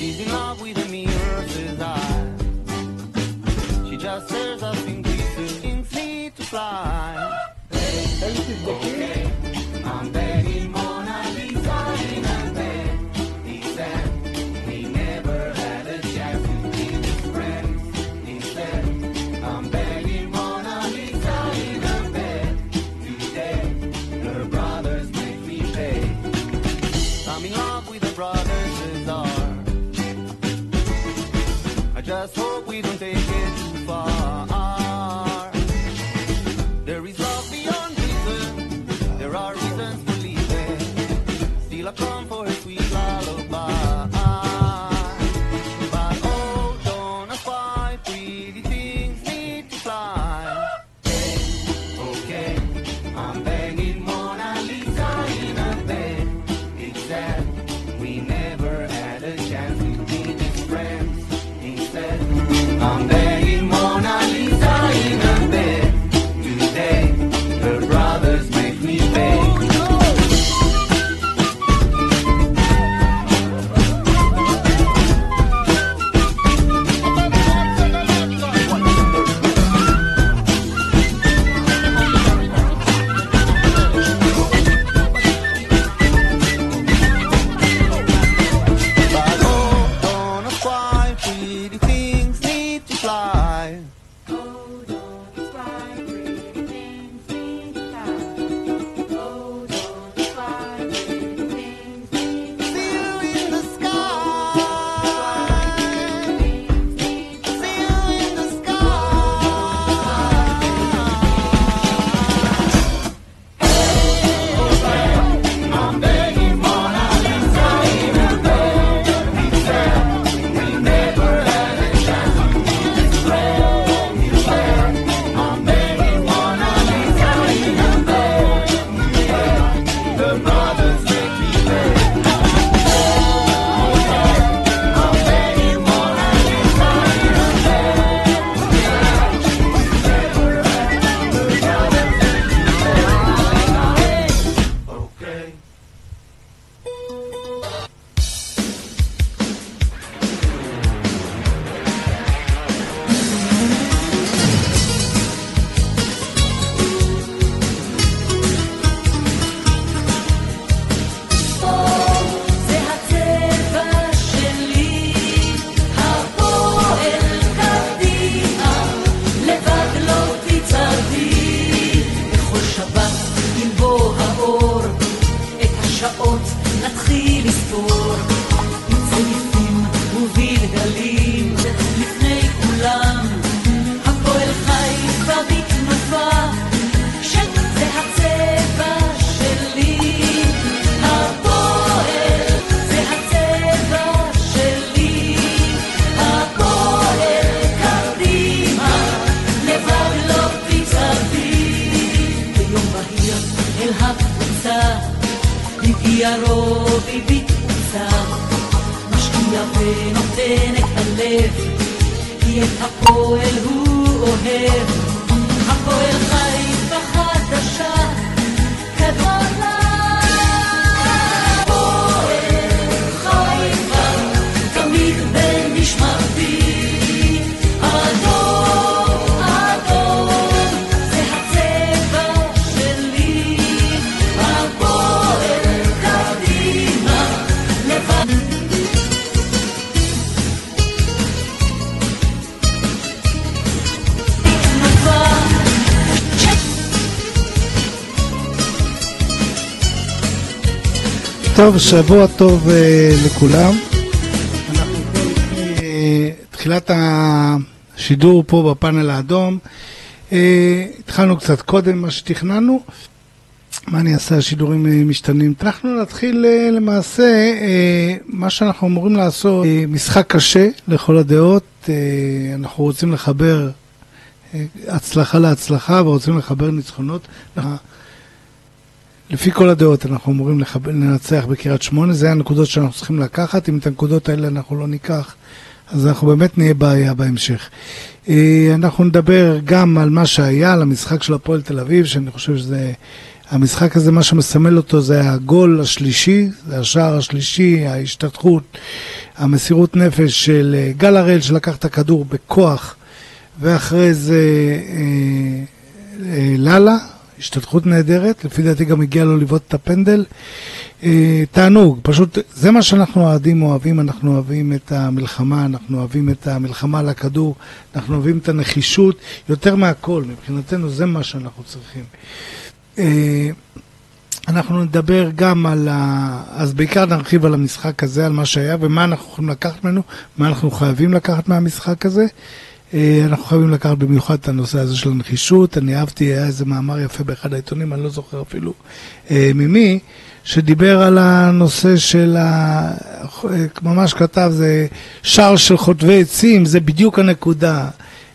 She's in love with a mirror, says I. She just stares up in pieces, things need to fly. Okay, I'm begging Mona Lisa in a bed. He said he never had a chance to be his friend. He said, I'm begging Mona Lisa in a bed. Today, her brothers make me pay. I'm in love with the brothers, says are. I just hope we don't take it too far. There is love beyond reason. There are reasons to leave it. Still I come for a sweet lullaby. But oh, don't ask why pretty things need to fly. Okay, I'm begging Mona Lisa in a bed. It's sad we never had a chance to be these friends. Instead, I'm begging Mona Lisa in a bed. Today, her brothers make me pay. But oh, don't ask why pretty things need to fly. טוב, שבוע טוב לכולם. אנחנו פה לפני תחילת השידור פה בפאנל האדום. התחלנו קצת קודם מה שתכננו. מה אני אעשה? השידורים משתנים. אנחנו נתחיל למעשה מה שאנחנו אמורים לעשות. משחק קשה לכל הדעות. אנחנו רוצים לחבר הצלחה להצלחה ורוצים לחבר ניצחונות. לפי כל הדעות אנחנו אמורים לנצח בקריית שמונה, זה הנקודות שאנחנו צריכים לקחת, אם את הנקודות האלה אנחנו לא ניקח, אז אנחנו באמת נהיה בעיה בהמשך. אנחנו נדבר גם על מה שהיה, על המשחק של הפועל תל אביב, שאני חושב שזה המשחק הזה, מה שמסמל אותו זה הגול השלישי, זה השער השלישי, ההשתתחות, המסירות נפש של גל הראל שלקח את הכדור בכוח, ואחרי זה ללה, השתתחות נהדרת, לפי דעתי גם הגיע לו לבעוט את הפנדל. תענוג, פשוט זה מה שאנחנו אוהבים, אנחנו אוהבים את המלחמה, אנחנו אוהבים את המלחמה על הכדור, אנחנו אוהבים את הנחישות, יותר מהכל, מבחינתנו זה מה שאנחנו צריכים. אנחנו נדבר גם על אז בעיקר נרחיב על המשחק הזה, על מה שהיה ומה אנחנו יכולים לקחת ממנו, מה אנחנו חייבים לקחת מהמשחק הזה. אנחנו חייבים לקחת במיוחד את הנושא הזה של הנחישות. אני אהבתי, היה איזה מאמר יפה באחד העיתונים, אני לא זוכר אפילו ממי, שדיבר על הנושא של, ממש כתב, זה שער של חוטבי עצים, זה בדיוק הנקודה.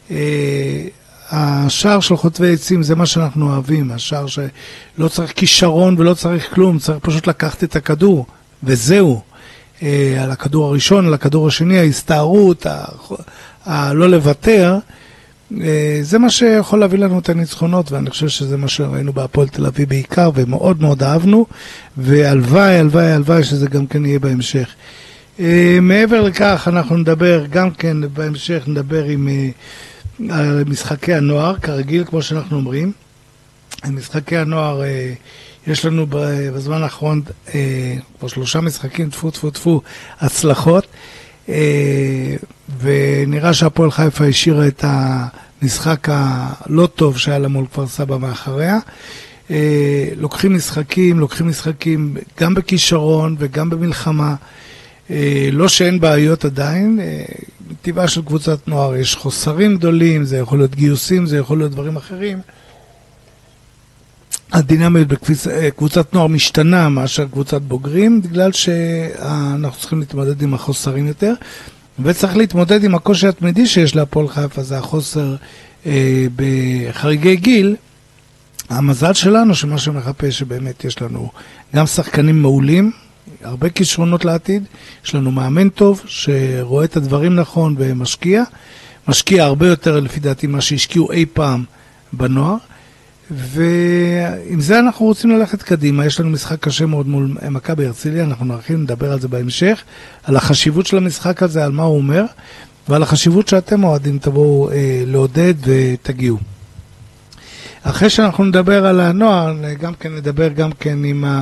השער של חוטבי עצים זה מה שאנחנו אוהבים, השער שלא צריך כישרון ולא צריך כלום, צריך פשוט לקחת את הכדור, וזהו. על הכדור הראשון, על הכדור השני, ההסתערות, לא לוותר, זה מה שיכול להביא לנו את הניצחונות, ואני חושב שזה מה שראינו בהפועל תל אביב בעיקר, ומאוד מאוד אהבנו, והלוואי שזה גם כן יהיה בהמשך. מעבר לכך, אנחנו נדבר גם כן בהמשך, נדבר על משחקי הנוער, כרגיל, כמו שאנחנו אומרים. משחקי הנוער, יש לנו בזמן האחרון כבר 3 משחקים, טפו, הצלחות, ונראה שהפועל חיפה השאירה את המשחק הלא טוב שהיה לה מול כפר סבא מאחריה. לוקחים משחקים גם בכישרון וגם במלחמה, לא שאין בעיות עדיין, מטבעה של קבוצת נוער יש חוסרים גדולים, זה יכול להיות גיוסים, זה יכול להיות דברים אחרים. הדינמיות בקבוצת נוער משתנה מאשר קבוצת בוגרים, בגלל שאנחנו צריכים להתמודד עם החוסרים יותר, וצריך להתמודד עם הקושי התמידי שיש להפועל חיפה, זה החוסר בחריגי גיל. המזל שלנו שמה שמחפה שבאמת יש לנו גם שחקנים מעולים, הרבה כישרונות לעתיד, יש לנו מאמן טוב שרואה את הדברים נכון ומשקיע, משקיע הרבה יותר לפי דעתי מה שהשקיעו אי פעם בנוער, ועם זה אנחנו רוצים ללכת קדימה. יש לנו משחק קשה מאוד מול מכבי הרצליה, אנחנו נרחיב, נדבר על זה בהמשך, על החשיבות של המשחק הזה, על מה הוא אומר, ועל החשיבות שאתם אוהדים תבואו לעודד ותגיעו. אחרי שאנחנו נדבר על הנוער, גם כן נדבר גם כן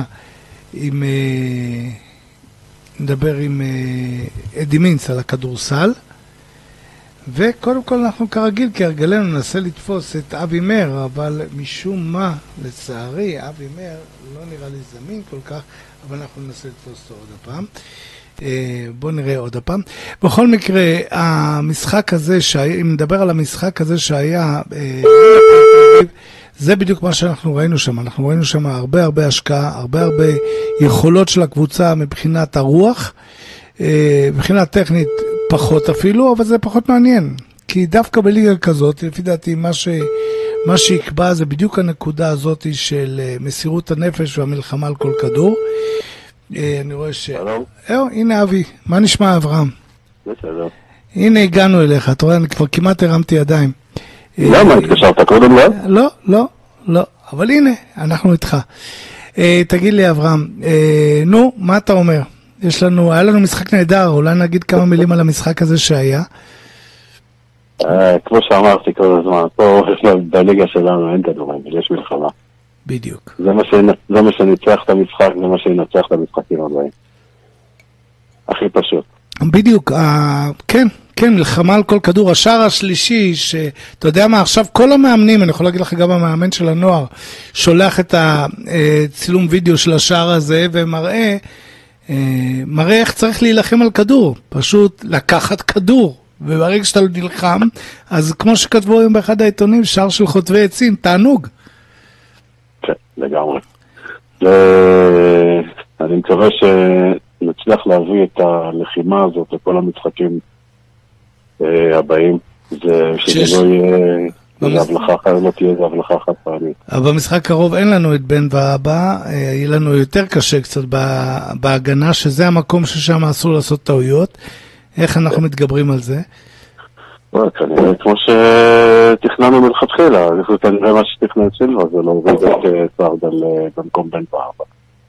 נדבר עם אדי מינץ על הכדורסל, וקודם כל אנחנו כרגיל, כהרגלנו, ננסה לתפוס את אבי מר, אבל משום מה, לצערי, אבי מר לא נראה לי זמין כל כך, אבל אנחנו ננסה לתפוס אותו עוד הפעם. בואו נראה עוד הפעם. בכל מקרה, המשחק הזה, אם נדבר על המשחק הזה שהיה, זה בדיוק מה שאנחנו ראינו שם. אנחנו ראינו שם הרבה השקעה, הרבה יכולות של הקבוצה מבחינת הרוח, מבחינת טכנית פחות אפילו, אבל זה פחות מעניין. כי דווקא בליגה כזאת, לפי דעתי, מה שיקבע זה בדיוק הנקודה הזאת של מסירות הנפש והמלחמה על כל כדור. אני רואה הנה אבי, מה נשמע אברהם? בסדר. הנה הגענו אליך, אתה רואה, אני כבר כמעט הרמתי ידיים. למה? התקשרת קודם, לא? לא, אבל הנה, אנחנו איתך. תגיד לי אברהם, נו, מה אתה אומר? היה לנו משחק נהדר, אולי נגיד כמה מילים על המשחק הזה שהיה. כמו שאמרתי כל הזמן, פה בליגה שלנו אין כדורגל, יש מלחמה. בדיוק. זה מה שניצח את המשחק, זה מה שינצח את המשחקים הבאים. הכי פשוט. בדיוק, כן, מלחמה על כל כדור. השער השלישי, שאתה יודע מה, עכשיו כל המאמנים, אני יכול להגיד לך גם המאמן של הנוער, שולח את הצילום וידאו של השער הזה, ומראה איך צריך להילחם על כדור. פשוט לקחת כדור. וברגע שאתה לא נלחם, אז כמו שכתבו היום באחד העיתונים, שער של חוטבי עצים, תענוג. כן, לגמרי. אני מקווה שנצליח להביא את הלחימה הזאת לכל המשחקים הבאים. שזה לא יהיה הבלחה אחת, לא תהיה איזה הבלחה אחת פעמית. אבל במשחק קרוב אין לנו את בן והבא, יהיה לנו יותר קשה קצת בהגנה, שזה המקום ששם אסור לעשות טעויות. איך אנחנו מתגברים על זה? כנראה כמו שתכננו מלכתחילה, זה כנראה מה שתכנן סילבה, זה להוריד את סרדל במקום בן בארבע.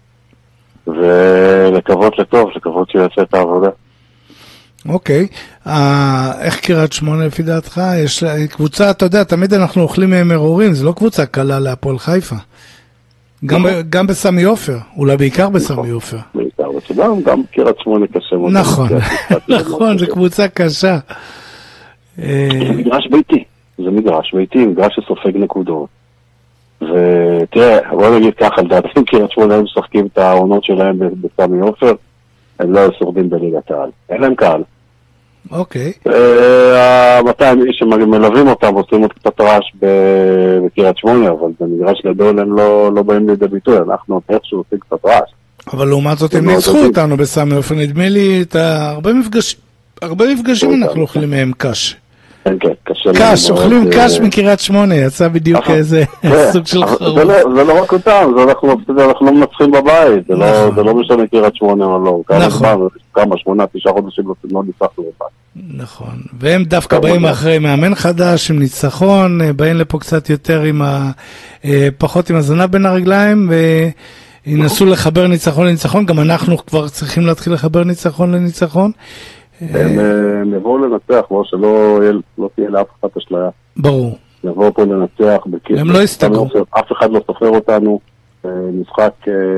ולקוות לטוב, לקוות שיעשה את העבודה. אוקיי, איך קריית שמונה לפי דעתך? יש קבוצה, אתה יודע, תמיד אנחנו אוכלים מהם מרורים, זה לא קבוצה קלה להפועל חיפה. גם בסמי עופר, אולי בעיקר בסמי עופר. בעיקר בסמי, גם קריית שמונה קשה. נכון, נכון, זו קבוצה קשה. זה מגרש ביתי, מגרש שסופג נקודות. ותראה, בוא נגיד ככה, לדעתי קריית שמונה הם משחקים את העונות שלהם בסמי עופר, הם לא שורדים בליגת העל, אין להם קהל. אוקיי. 200 איש שמלווים אותם עושים עוד קצת רעש בקריית שמונה, אבל במגרש גדול הם לא באים לידי ביטוי, אנחנו איכשהו עושים קצת רעש. אבל לעומת זאת הם ניצחו אותנו בסמי עופר, נדמה לי הרבה מפגשים אנחנו אוכלים מהם קש. כן, קשה. קש, אוכלים קש מקריית שמונה, יצא בדיוק איזה סוג של חרוב. זה לא רק אותם, אנחנו לא מנצחים בבית, זה לא משנה קריית שמונה או לא. כמה, 8-9 חודשים לא ניצחנו בבית. נכון, והם דווקא באים אחרי מאמן חדש עם ניצחון, באים לפה קצת יותר פחות עם הזנב בין הרגליים, וינסו לחבר ניצחון לניצחון, גם אנחנו כבר צריכים להתחיל לחבר ניצחון לניצחון. הם יבואו לנצח, כמו שלא תהיה לאף אחד אשליה. ברור. יבואו פה לנצח. הם לא יסתגרו. אף אחד לא סופר אותנו. משחק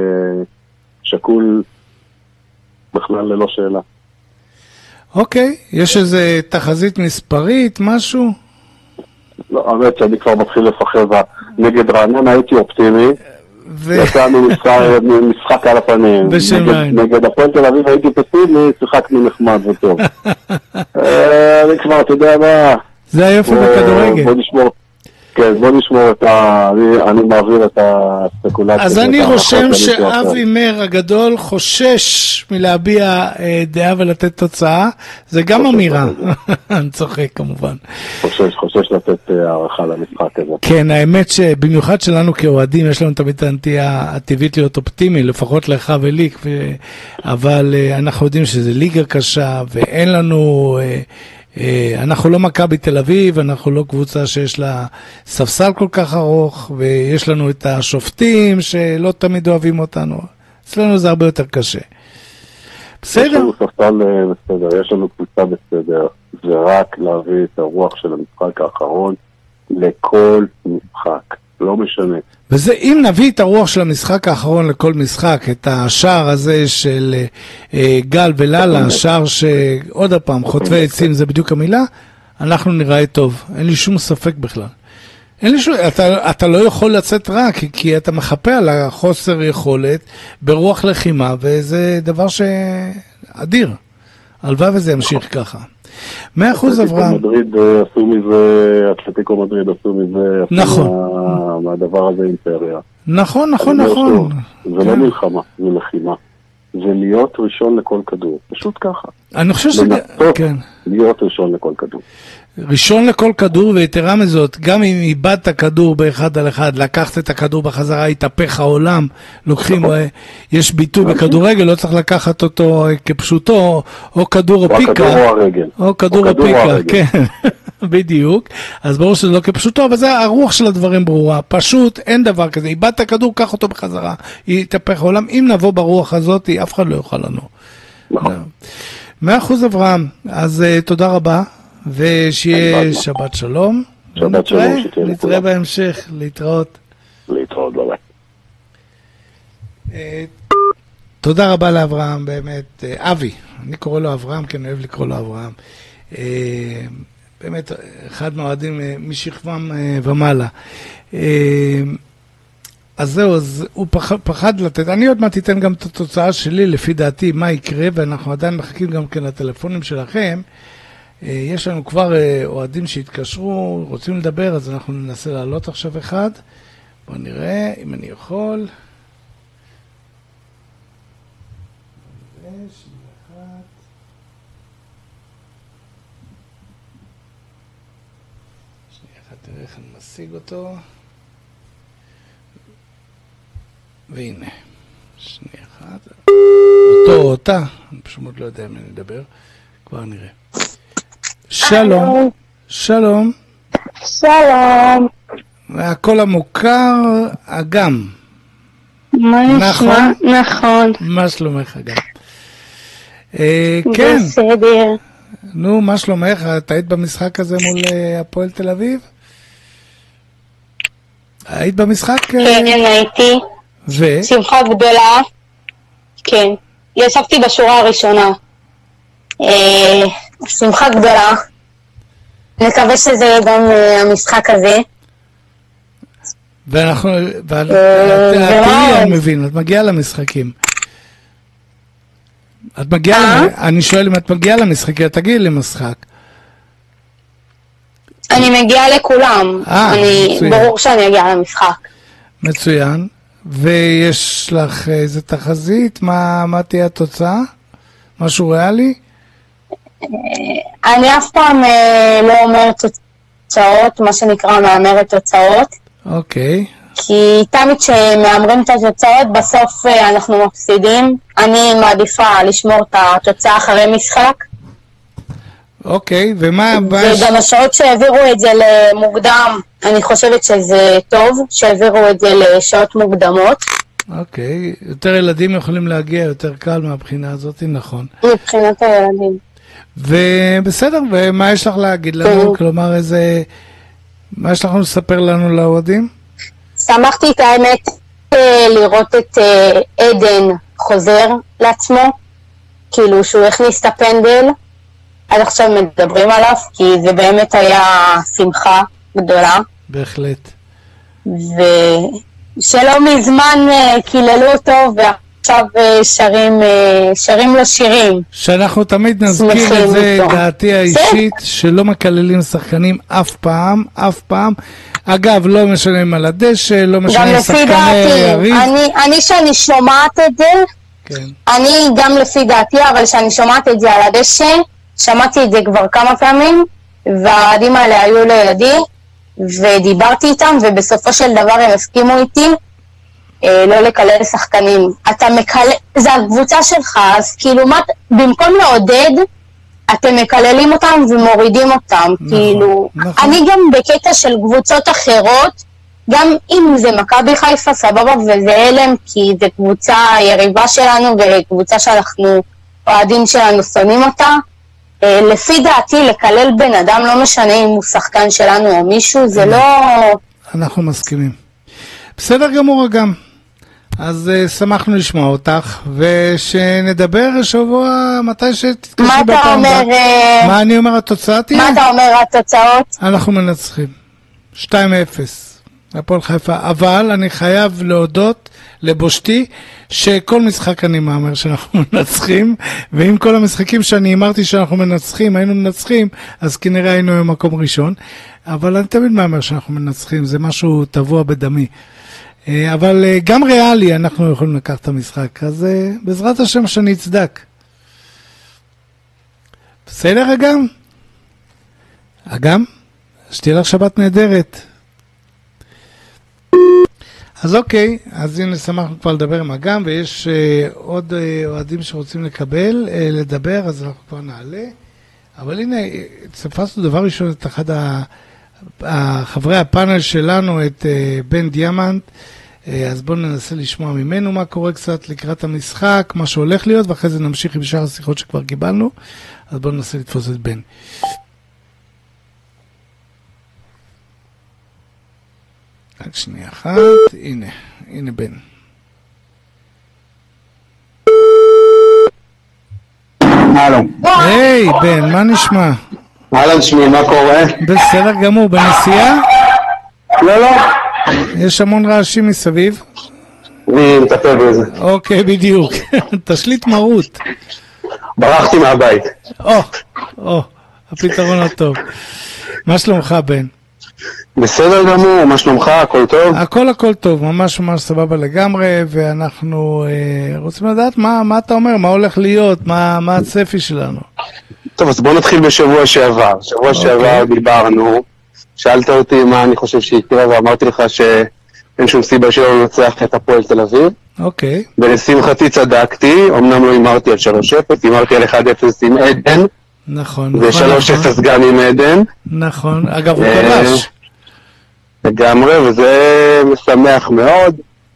שקול בכלל ללא שאלה. אוקיי, יש איזה תחזית מספרית, משהו? לא, האמת שאני כבר מתחיל לפחד. נגד רעננה הייתי אופטימי. יצאנו משחק על הפנים. נגד הפועל תל אביב הייתי פסימי, שיחקנו נחמד וטוב. אני כבר, אתה יודע מה... זה היופי בכדורגל. בוא נשמור אני מעביר את הספקולציה. אז אני רושם שאבי מר הגדול חושש מלהביע דעה ולתת תוצאה. זה גם אמירה. אני צוחק כמובן. חושש לתת הערכה למשחק הזה. כן, האמת שבמיוחד שלנו כאוהדים יש לנו תמיד את הנטייה הטבעית להיות אופטימי, לפחות לך ולי, אבל אנחנו יודעים שזה ליגה קשה ואין לנו... אנחנו לא מכבי תל אביב, אנחנו לא קבוצה שיש לה ספסל כל כך ארוך, ויש לנו את השופטים שלא תמיד אוהבים אותנו. אצלנו זה הרבה יותר קשה. בסדר? יש לנו ספסל בסדר, יש לנו קבוצה בסדר. זה רק להביא את הרוח של המשחק האחרון לכל משחק. לא משנה. וזה, אם נביא את הרוח של המשחק האחרון לכל משחק, את השער הזה של גל וללה, השער שעוד הפעם, חוטבי עצים, זה בדיוק המילה, אנחנו נראה טוב. אין לי שום ספק בכלל. אתה לא יכול לצאת רע, כי אתה מחפה על החוסר יכולת ברוח לחימה, וזה דבר שאדיר. הלוואי וזה ימשיך ככה. 100% אברהם. אתלטיקו מדריד עשו מזה, מהדבר הזה אימפריה. נכון. זה לא מלחמה, זה לחימה. זה להיות ראשון לכל כדור. פשוט ככה. אני חושב כן. להיות ראשון לכל כדור. ראשון לכל כדור, ויתרה מזאת, גם אם איבדת כדור באחד על אחד, לקחת את הכדור בחזרה, התהפך העולם, לוקחים, יש ביטוי בכדורגל, לא צריך לקחת אותו כפשוטו, או כדור או פיקה. או כדור או פיקה, כן, בדיוק. אז ברור שזה לא כפשוטו, אבל זה הרוח של הדברים ברורה. פשוט אין דבר כזה, איבדת כדור, קח אותו בחזרה, יתהפך העולם. אם נבוא ברוח הזאת, אף אחד לא יוכל לנו. נכון. 100% אברהם, אז תודה רבה. ושיהיה שבת שלום. שבת שלום. נתראה בהמשך, להתראות. ביי. תודה רבה לאברהם, באמת. אבי, אני קורא לו אברהם, כי אני אוהב לקרוא לו אברהם. באמת, אחד מהאוהדים משכבם ומעלה. אז זהו, אז הוא פחד לתת. אני עוד מעט תיתן גם את התוצאה שלי, לפי דעתי, מה יקרה, ואנחנו עדיין מחכים גם כן לטלפונים שלכם. יש לנו כבר אוהדים שהתקשרו, רוצים לדבר, אז אנחנו ננסה לעלות עכשיו אחד. בואו נראה אם אני יכול. שנייה אחת, תראה איך אני משיג אותו. והנה, שנייה אחת. אותו או אותה, אני פשוט לא יודע אם אני אדבר. כבר נראה. שלום, שלום. שלום. והכל המוכר, אגם. מה נשמע? נכון. מה שלומך, אגם? כן. בסדר. נו, מה שלומך? את היית במשחק הזה מול הפועל תל אביב? היית במשחק? כן, הייתי. שמחה גדולה. כן. ישבתי בשורה הראשונה. שמחה גדולה. נקווה שזה יהיה גם המשחק הזה. ואנחנו, אני מבין, את מגיעה למשחקים. את מגיעה, אני שואל אם את מגיעה למשחקים, תגיעי למשחק. אני מגיעה לכולם. ברור שאני אגיע למשחק. מצוין. ויש לך איזה תחזית? מה תהיה התוצאה? משהו ריאלי? אני אף פעם לא אומרת תוצאות, מה שנקרא מאמרת תוצאות. אוקיי. כי תמיד כשמאמרים את התוצאות, בסוף אנחנו מפסידים. אני מעדיפה לשמור את התוצאה אחרי משחק. אוקיי, ומה... וגם השעות שהעבירו את זה למוקדם, אני חושבת שזה טוב, שהעבירו את זה לשעות מוקדמות. אוקיי, יותר ילדים יכולים להגיע יותר קל מהבחינה הזאת, נכון. מבחינת הילדים. ובסדר, ומה יש לך להגיד לנו? כלומר, מה יש לך לספר לנו לאוהדים? שמחתי את האמת לראות את עדן חוזר לעצמו, כאילו שהוא הכניס את הפנדל, עד עכשיו מדברים עליו, כי זה באמת היה שמחה גדולה. בהחלט. ושלא מזמן קיללו אותו, ועכשיו שרים לו שירים. שאנחנו תמיד נזכיר את זה, דעתי האישית, שלא מקללים שחקנים אף פעם, אף פעם. אגב, לא משנים על הדשא, לא משנים שחקני יריב. אני שאני שומעת את זה, כן. אני גם לפי דעתי, אבל שאני שומעת את זה על הדשא, שמעתי את זה כבר כמה פעמים, והעדים האלה היו לידי, ודיברתי איתם, ובסופו של דבר הם הסכימו איתי, לא לקלל שחקנים. אתה מקלל, זה הקבוצה שלך, אז כאילו מה, במקום לעודד, אתם מקללים אותם ומורידים אותם. נכון, כאילו, נכון. אני גם בקטע של קבוצות אחרות, גם אם זה מכבי חיפה סבבה וזה אלם, כי זה קבוצה יריבה שלנו, וקבוצה שאנחנו, אוהדים שלנו שונאים אותה, לפי דעתי לקלל בן אדם, לא משנה אם הוא שחקן שלנו או מישהו, זה לא... אנחנו מסכימים. בסדר גמור גם. אז שמחנו לשמוע אותך, ושנדבר שבוע מתי שתתקשי מה אתה אומר? מה אני אומר התוצאה תהיה? מה אתה אומר התוצאות? אנחנו מנצחים. 2-0. הפועל חיפה. אבל אני חייב להודות לבושתי, שכל משחק אני מאמר שאנחנו מנצחים, ואם כל המשחקים שאני אמרתי שאנחנו מנצחים, היינו מנצחים, אז כנראה היינו במקום ראשון. אבל אני תמיד מאמר שאנחנו מנצחים, זה משהו טבוע בדמי. אבל גם ריאלי אנחנו יכולים לקחת את המשחק, אז בעזרת השם שאני אצדק. בסדר אגם? אגם? שתהיה לך שבת נהדרת. אז אוקיי, אז הנה שמחנו כבר לדבר עם אגם, ויש עוד אוהדים שרוצים לדבר, אז אנחנו כבר נעלה. אבל הנה, צפסנו דבר ראשון את אחד חברי הפאנל שלנו, את בן דיאמנט, אז בואו ננסה לשמוע ממנו מה קורה קצת לקראת המשחק, מה שהולך להיות, ואחרי זה נמשיך עם שאר השיחות שכבר קיבלנו, אז בואו ננסה לתפוס את בן. רק שנייה אחת, הנה בן. הלו. היי בן, מה נשמע? אהלן שמי, מה קורה? בסדר גמור, בנסיעה? לא. יש המון רעשים מסביב? אני מטפל בזה. אוקיי, בדיוק. תשליט מרות. ברחתי מהבית. הפתרון הטוב. מה שלומך בן? בסדר גמור, מה שלומך? הכל טוב? הכל טוב, ממש סבבה לגמרי, ואנחנו רוצים לדעת מה אתה אומר, מה הולך להיות, מה הצפי שלנו. טוב, אז בוא נתחיל בשבוע שעבר. שבוע שעבר דיברנו, שאלת אותי מה אני חושב שיקרה, ואמרתי לך שאין שום סיבה שלא לנצח את הפועל תל אביב. אוקיי. ולשמחתי צדקתי, אמנם לא אמרתי על 3-0, אמרתי על 1-0 עם עדן, נכון. ו3-0 גם עם עדן. נכון, אגב הוא כבש. לגמרי, וזה משמח מאוד.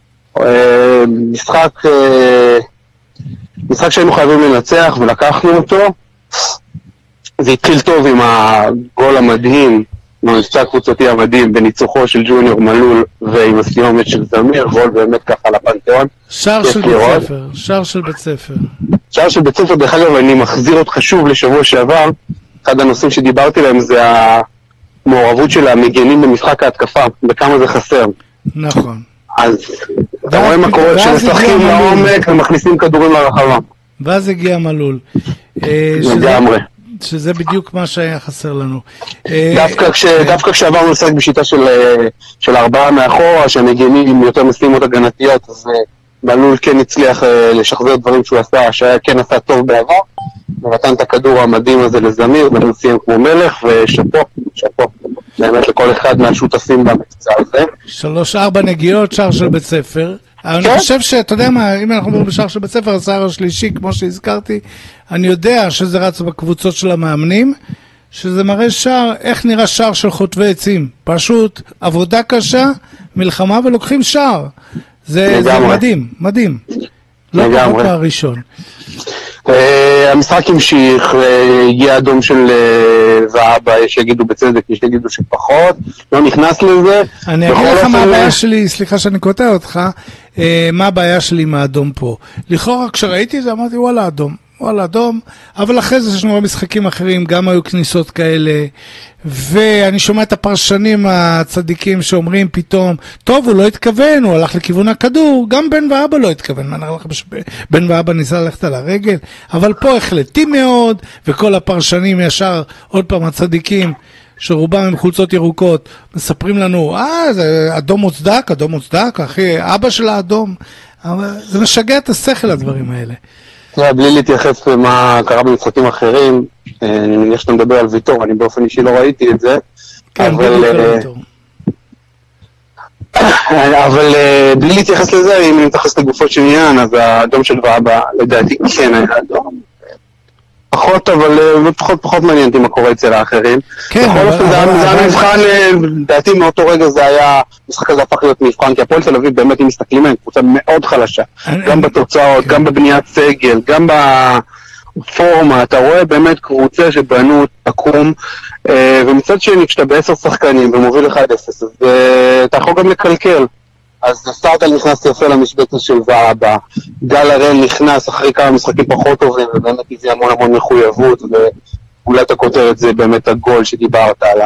משחק שהיינו חייבים לנצח ולקחנו אותו. זה התחיל טוב עם הגול המדהים, עם המבצע הקבוצתי המדהים בניצוחו של ג'וניור מלול ועם הסיומת של זמיר, גול באמת ככה לפנתיאון. שער של בית ספר, שער של בית ספר. שער של בית ספר, דרך אגב, אני מחזיר אותך שוב לשבוע שעבר. אחד הנושאים שדיברתי להם זה המעורבות של המגנים במשחק ההתקפה, בכמה זה חסר. נכון. אז אתה רואה מה קורה שמשחקים לעומק ומכניסים כדורים לרחבה. ואז הגיע מלול. לגמרי. שזה בדיוק מה שהיה חסר לנו. דווקא כשעברנו לשחק בשיטה של 4 מאחורה, שהמגנים יותר משימות הגנתיות, אז מלול כן הצליח לשחזר דברים שהוא עשה, שהיה כן עשה טוב בעבר, ונתן את הכדור המדהים הזה לזמיר, מלול סיים כמו מלך, ושפו, באמת לכל אחד מהשותפים במבצע הזה. 3-4 נגיעות, שער של בית ספר. אני חושב שאתה יודע מה, אם אנחנו מדברים בשער של בית ספר, השער השלישי, כמו שהזכרתי, אני יודע שזה רץ בקבוצות של המאמנים, שזה מראה שער, איך נראה שער של חוטבי עצים. פשוט עבודה קשה, מלחמה ולוקחים שער. זה מדהים, מדהים. לא פחות מהראשון. המשחק המשיך, הגיע אדום של ואבא, יש שיגידו בצדק, יש שיגידו שפחות, לא נכנס לזה. אני אגיד לך מה הבעיה שלי, סליחה שאני קוטע אותך, מה הבעיה שלי עם האדום פה. לכאורה כשראיתי זה אמרתי וואלה אדום, אבל אחרי זה יש לנו משחקים אחרים, גם היו כניסות כאלה, ואני שומע את הפרשנים הצדיקים שאומרים פתאום, טוב, הוא לא התכוון, הוא הלך לכיוון הכדור, גם בן ואבא לא התכוון, בן ואבא ניסה ללכת על הרגל, אבל פה החלטים מאוד, וכל הפרשנים ישר, עוד פעם הצדיקים, שרובם הם חולצות ירוקות, מספרים לנו, זה אדום מוצדק, אחי, אבא של האדום, זה משגע את השכל הדברים האלה. בלי להתייחס למה קרה במשחקים אחרים, אני מניח שאתה מדבר על ויתור, אני באופן אישי לא ראיתי את זה, אבל בלי להתייחס לזה, אם אני מתייחס לגופות של עניין, אז האדום של ואבא לדעתי כן היה אדום. פחות, אבל פחות מעניין אותי מה קורה אצל האחרים. כן, זה היה מבחן, לדעתי מאותו רגע זה היה, המשחק הזה הפך להיות מבחן, כי הפועל תל אביב באמת אם מסתכלים עליהם, קבוצה מאוד חלשה, גם בתוצאות, גם בבניית סגל, גם בפורמה, אתה רואה באמת קבוצה שבנו תקום, ומצד שני כשאתה ב10 שחקנים ומוביל 1-0, אז אתה יכול גם לקלקל. אז סטארטל נכנס יפה למשבצת של ואבא, גל הראל נכנס אחרי כמה משחקים פחות טובים, ובאמת הביא המון מחויבות, ואולי אתה כותר את זה באמת הגול שדיברת עליו.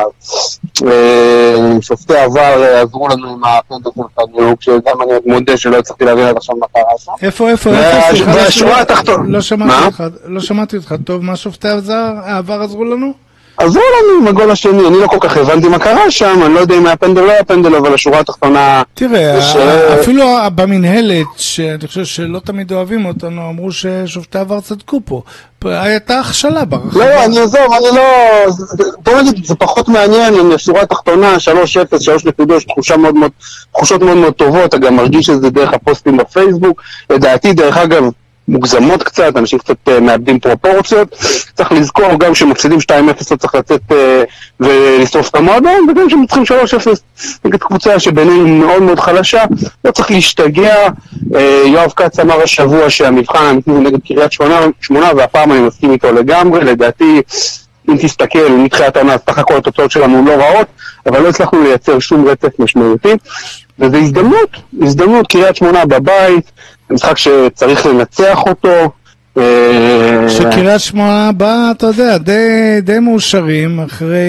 שופטי עבר עזרו לנו עם הפנדל של פניוק, שגם אני מודה שלא הצלחתי להבין עד עכשיו מה קרה שם. איפה? והשורה התחתונה. לא שמעתי אותך טוב, מה שופטי העבר עזרו לנו? עזרו לנו עם הגול השני, אני לא כל כך הבנתי מה קרה שם, אני לא יודע אם היה פנדל או לא היה פנדל, אבל השורה התחתונה... תראה, אפילו במנהלת, שאני חושב שלא תמיד אוהבים אותנו, אמרו ששופטי עבר צדקו פה. הייתה הכשלה ברחבה. לא, אני עזוב, אני לא... בוא נגיד, זה פחות מעניין, עם השורה התחתונה, 3-0, 3 נקודות, תחושות מאוד מאוד טובות, אתה גם מרגיש את זה דרך הפוסטים בפייסבוק, לדעתי, דרך אגב, מוגזמות קצת, אנשים קצת מאבדים פרופורציות, צריך לזכור גם שמפסידים 2-0 לא צריך לצאת ולשרוף את המועדון, וגם שמנצחים 3-0 נגד קבוצה שבינינו מאוד מאוד חלשה, לא צריך להשתגע. יואב כץ אמר השבוע שהמבחן האמיתי הוא נגד קריית שמונה, והפעם אני מסכים איתו לגמרי, לדעתי אם תסתכל מתחילת העונה, סך הכל התוצאות שלנו לא רעות, אבל לא הצלחנו לייצר שום רצף משמעותי, וזה הזדמנות, קריית שמונה בבית, משחק שצריך לנצח אותו. שקריית שמונה בא, אתה יודע, די מאושרים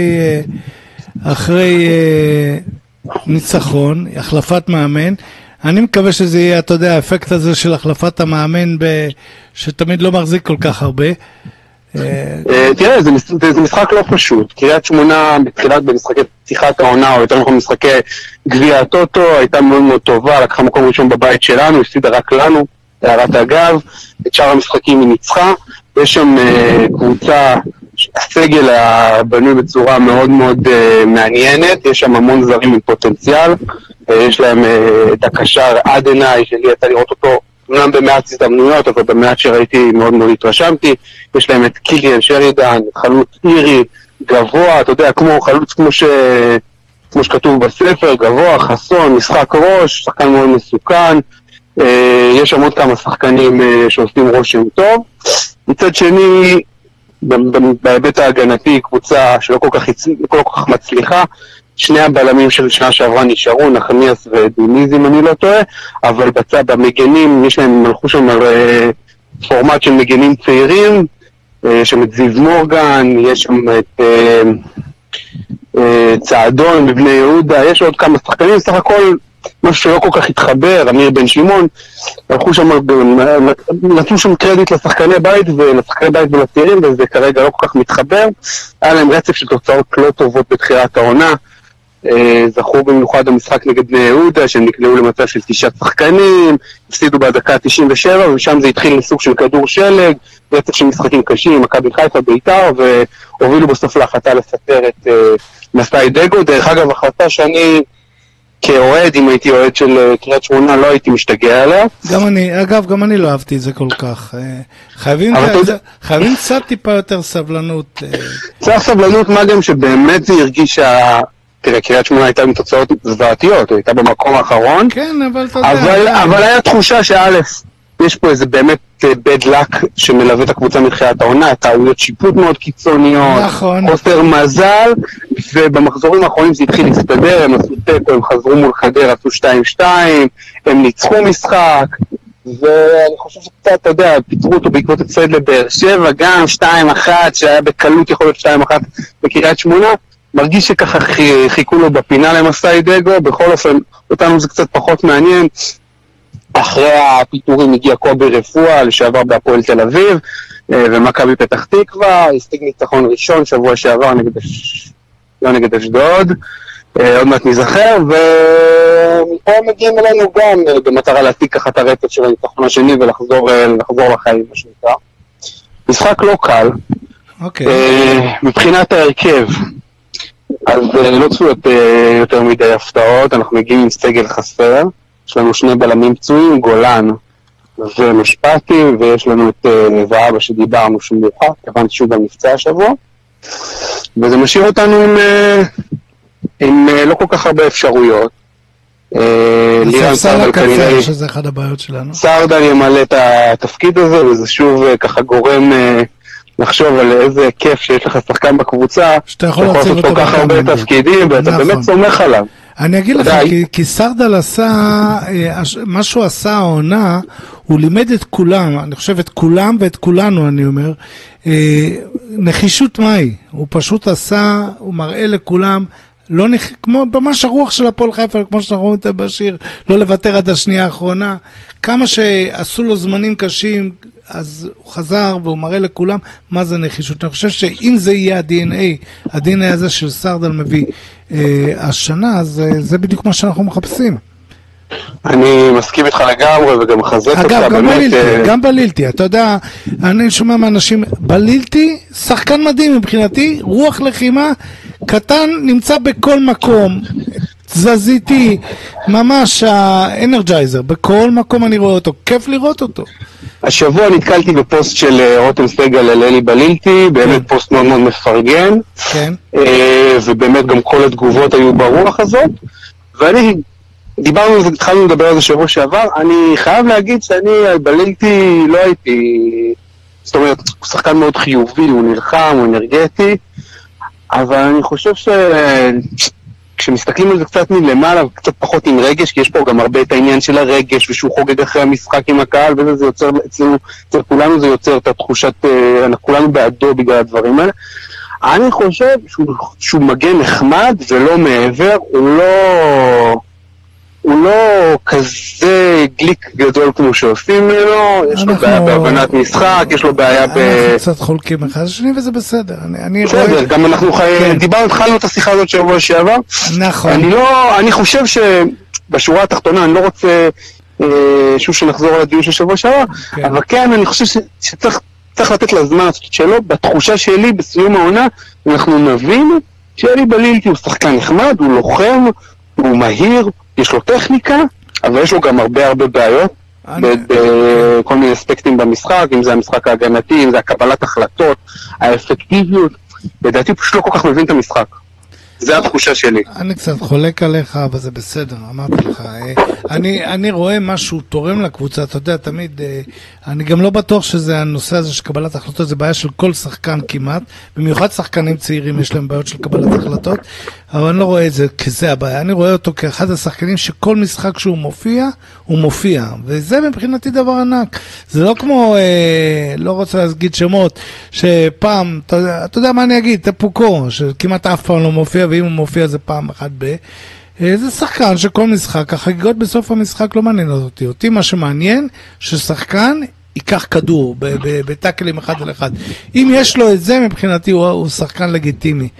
אחרי ניצחון, החלפת מאמן. אני מקווה שזה יהיה, אתה יודע, האפקט הזה של החלפת המאמן שתמיד לא מחזיק כל כך הרבה. תראה, זה משחק לא פשוט. קריית שמונה במשחקי פתיחת העונה, או יותר נכון משחקי גביע הטוטו, הייתה מאוד מאוד טובה, לקחה מקום ראשון בבית שלנו, הפסידה רק לנו, הערת אגב, את שאר המשחקים היא ניצחה, יש שם קבוצה, הסגל הבנוי בצורה מאוד מאוד מעניינת, יש שם המון זרים עם פוטנציאל, יש להם את הקשר עדנאי, שלי יצא לראות אותו אמנם במעט הזדמנויות, אבל במעט שראיתי מאוד מאוד התרשמתי. יש להם את קיליאן שרידן, חלוץ אירי, גבוה, אתה יודע, כמו חלוץ כמו שכתוב בספר, גבוה, חסון, משחק ראש, שחקן מאוד מסוכן. יש שם עוד כמה שחקנים שעושים רושם טוב. מצד שני, בהיבט ההגנתי, קבוצה שלא כל כך מצליחה, שני הבלמים של שנה שעברה נשארו, נחמיאס ודיניז אם אני לא טועה, אבל בצד המגנים, יש להם מלכו שם פורמט של מגנים צעירים, יש שם את זיו מורגן, יש שם את צעדון בבני יהודה, יש עוד כמה שחקנים, סך הכל משהו שלא כל כך התחבר, אמיר בן שמעון, הלכו שם, נתנו שם קרדיט לשחקני בית ולצעירים, וזה כרגע לא כל כך מתחבר. היה להם רצף של תוצאות לא טובות בתחילת העונה, זכו במיוחד המשחק נגד בני יהודה, שהם נקלעו למצב של 9 שחקנים, הפסידו בדקה 97, ושם זה התחיל לסוג של כדור שלג, רצף של משחקים קשים, מכבי חיפה בית"ר, והובילו בסוף להחלטה לספר את מסאי דגו. דרך אגב, החלטה שאני כאוהד, אם הייתי אוהד של קריית שמונה, לא הייתי משתגע עליה. גם אני לא אהבתי את זה כל כך. חייבים קצת טיפה יותר סבלנות. צריך סבלנות, מה גם שבאמת זה הרגיש תראה, קריית שמונה הייתה עם תוצאות זוועתיות, הייתה במקום האחרון. כן, אבל אתה יודע. אבל היה תחושה שא', יש פה איזה באמת bad luck שמלווה את הקבוצה מתחילת העונה, טעויות שיפוט מאוד קיצוניות, חוסר מזל, ובמחזורים האחרונים זה התחיל להסתדר, הם עשו תיקו, הם חזרו מול חדרה, עשו 2-2, הם ניצחו משחק, ואני חושב שקצת, אתה יודע, פיתרו אותו בעקבות הפסד לבאר שבע, גם 2-1, שהיה בקלות יכול להיות 2-1 בקריית שמונה, מרגיש שככה חיכו לו בפינה למסאי דגו. בכל אופן, אותנו זה קצת פחות מעניין. אחרי הפיטורים הגיע קובי רפואה, לשעבר בהפועל תל אביב, ומכבי פתח תקווה, הספיק ניצחון ראשון שבוע שעבר נגד אשדוד, עוד מעט נזכר, ומפה מגיעים אלינו גם במטרה להשיג ככה את הרצף של הניצחון השני ולחזור לחיים, מה שנקרא. משחק לא קל. מבחינת ההרכב, אז לא צפויות יותר מדי הפתעות, אנחנו מגיעים עם סגל חסר, יש לנו 2 בלמים פצועים, גולן ומשפטי, ויש לנו את זהבה שדיברנו שהוא מאוחר, כיוון שהוא גם נפצע השבוע, וזה משאיר אותנו עם לא כל כך הרבה אפשרויות. ספסל הקצר, שזה אחד הבעיות שלנו. סרדן ימלא את התפקיד הזה, וזה שוב ככה גורם לחשוב על איזה כיף שיש לך שחקן בקבוצה, שאתה יכול לעשות כל כך הרבה תפקידים, ואתה באמת סומך עליו. אני אגיד לך, כי סרדל עשה, מה שהוא עשה העונה, הוא לימד את כולם, אני חושב את כולם ואת כולנו, אני אומר, נחישות מהי, הוא פשוט עשה, הוא מראה לכולם, כמו ממש הרוח של הפועל חיפה, כמו שאנחנו רואים את בשיר, לא לוותר עד השנייה האחרונה, כמה שעשו לו זמנים קשים, אז הוא חזר והוא מראה לכולם מה זה נחישות. אני חושב שאם זה יהיה ה-DNA הזה של סרדל מביא השנה, אז זה בדיוק מה שאנחנו מחפשים. אני מסכים איתך לגמרי וגם מחזק אותך. אגב, גם בלילתי, אתה יודע, אני שומע מאנשים, בלילתי, שחקן מדהים מבחינתי, רוח לחימה, קטן, נמצא בכל מקום, תזזיתי, ממש האנרג'ייזר, בכל מקום אני רואה אותו, כיף לראות אותו. השבוע נתקלתי בפוסט של רותם סגל על אלי בלילתי, באמת פוסט מאוד מאוד מפרגן, ובאמת גם כל התגובות היו ברוח הזאת, ואני התחלנו לדבר על זה שבוע שעבר, אני חייב להגיד שאני על בלילתי לא הייתי, זאת אומרת, הוא שחקן מאוד חיובי, הוא נלחם, הוא אנרגטי, אבל אני חושב כשמסתכלים על זה קצת מלמעלה, קצת פחות עם רגש, כי יש פה גם הרבה את העניין של הרגש, ושהוא חוגג אחרי המשחק עם הקהל, וזה יוצר אצלנו, אצל כולנו זה יוצר את התחושת, כולנו בעדו בגלל הדברים האלה. אני חושב שהוא מגן נחמד ולא מעבר, הוא לא כזה גליק גדול כמו שעושים ממנו, יש לו בעיה בהבנת משחק, יש לו בעיה אנחנו קצת חולקים אחד השני וזה בסדר. בסדר, גם אנחנו התחלנו את השיחה הזאת שבוע שעבר. נכון. אני חושב שבשורה התחתונה, אני לא רוצה שוב שנחזור על הדיון של שבוע שעבר, אבל כן, אני חושב שצריך לתת לזמן שלו, בתחושה שלי בסיום העונה, אנחנו נבין שאלי בלילתי הוא שחקן נחמד, הוא לוחם, הוא מהיר, יש לו טכניקה, אבל יש לו גם הרבה בעיות. בכל מיני אספקטים במשחק, אם זה המשחק ההגנתי, אם זה הקבלת החלטות, האפקטיביות, לדעתי פשוט לא כל כך מבין את המשחק. זה התחושה שלי. אני קצת חולק עליך, אבל זה בסדר, אמרתי לך. אני רואה משהו תורם לקבוצה, אתה יודע, תמיד, אני גם לא בטוח שזה הנושא הזה של קבלת החלטות, זה בעיה של כל שחקן כמעט, במיוחד שחקנים צעירים יש להם בעיות של קבלת החלטות, אבל אני לא רואה את זה כזה הבעיה, אני רואה אותו כאחד השחקנים שכל משחק שהוא מופיע, הוא מופיע, וזה מבחינתי דבר ענק. זה לא כמו, לא רוצה להגיד שמות, שפעם, אתה יודע מה אני אגיד, טפוקו, שכמעט אף פעם לא מופיע, ואם הוא מופיע זה פעם אחת זה שחקן שכל משחק, החגיגות בסוף המשחק לא מעניינות אותי. אותי מה שמעניין, ששחקן ייקח כדור בטאקלים אחד על אחד. אם יש לו את זה, מבחינתי הוא שחקן לגיטימי.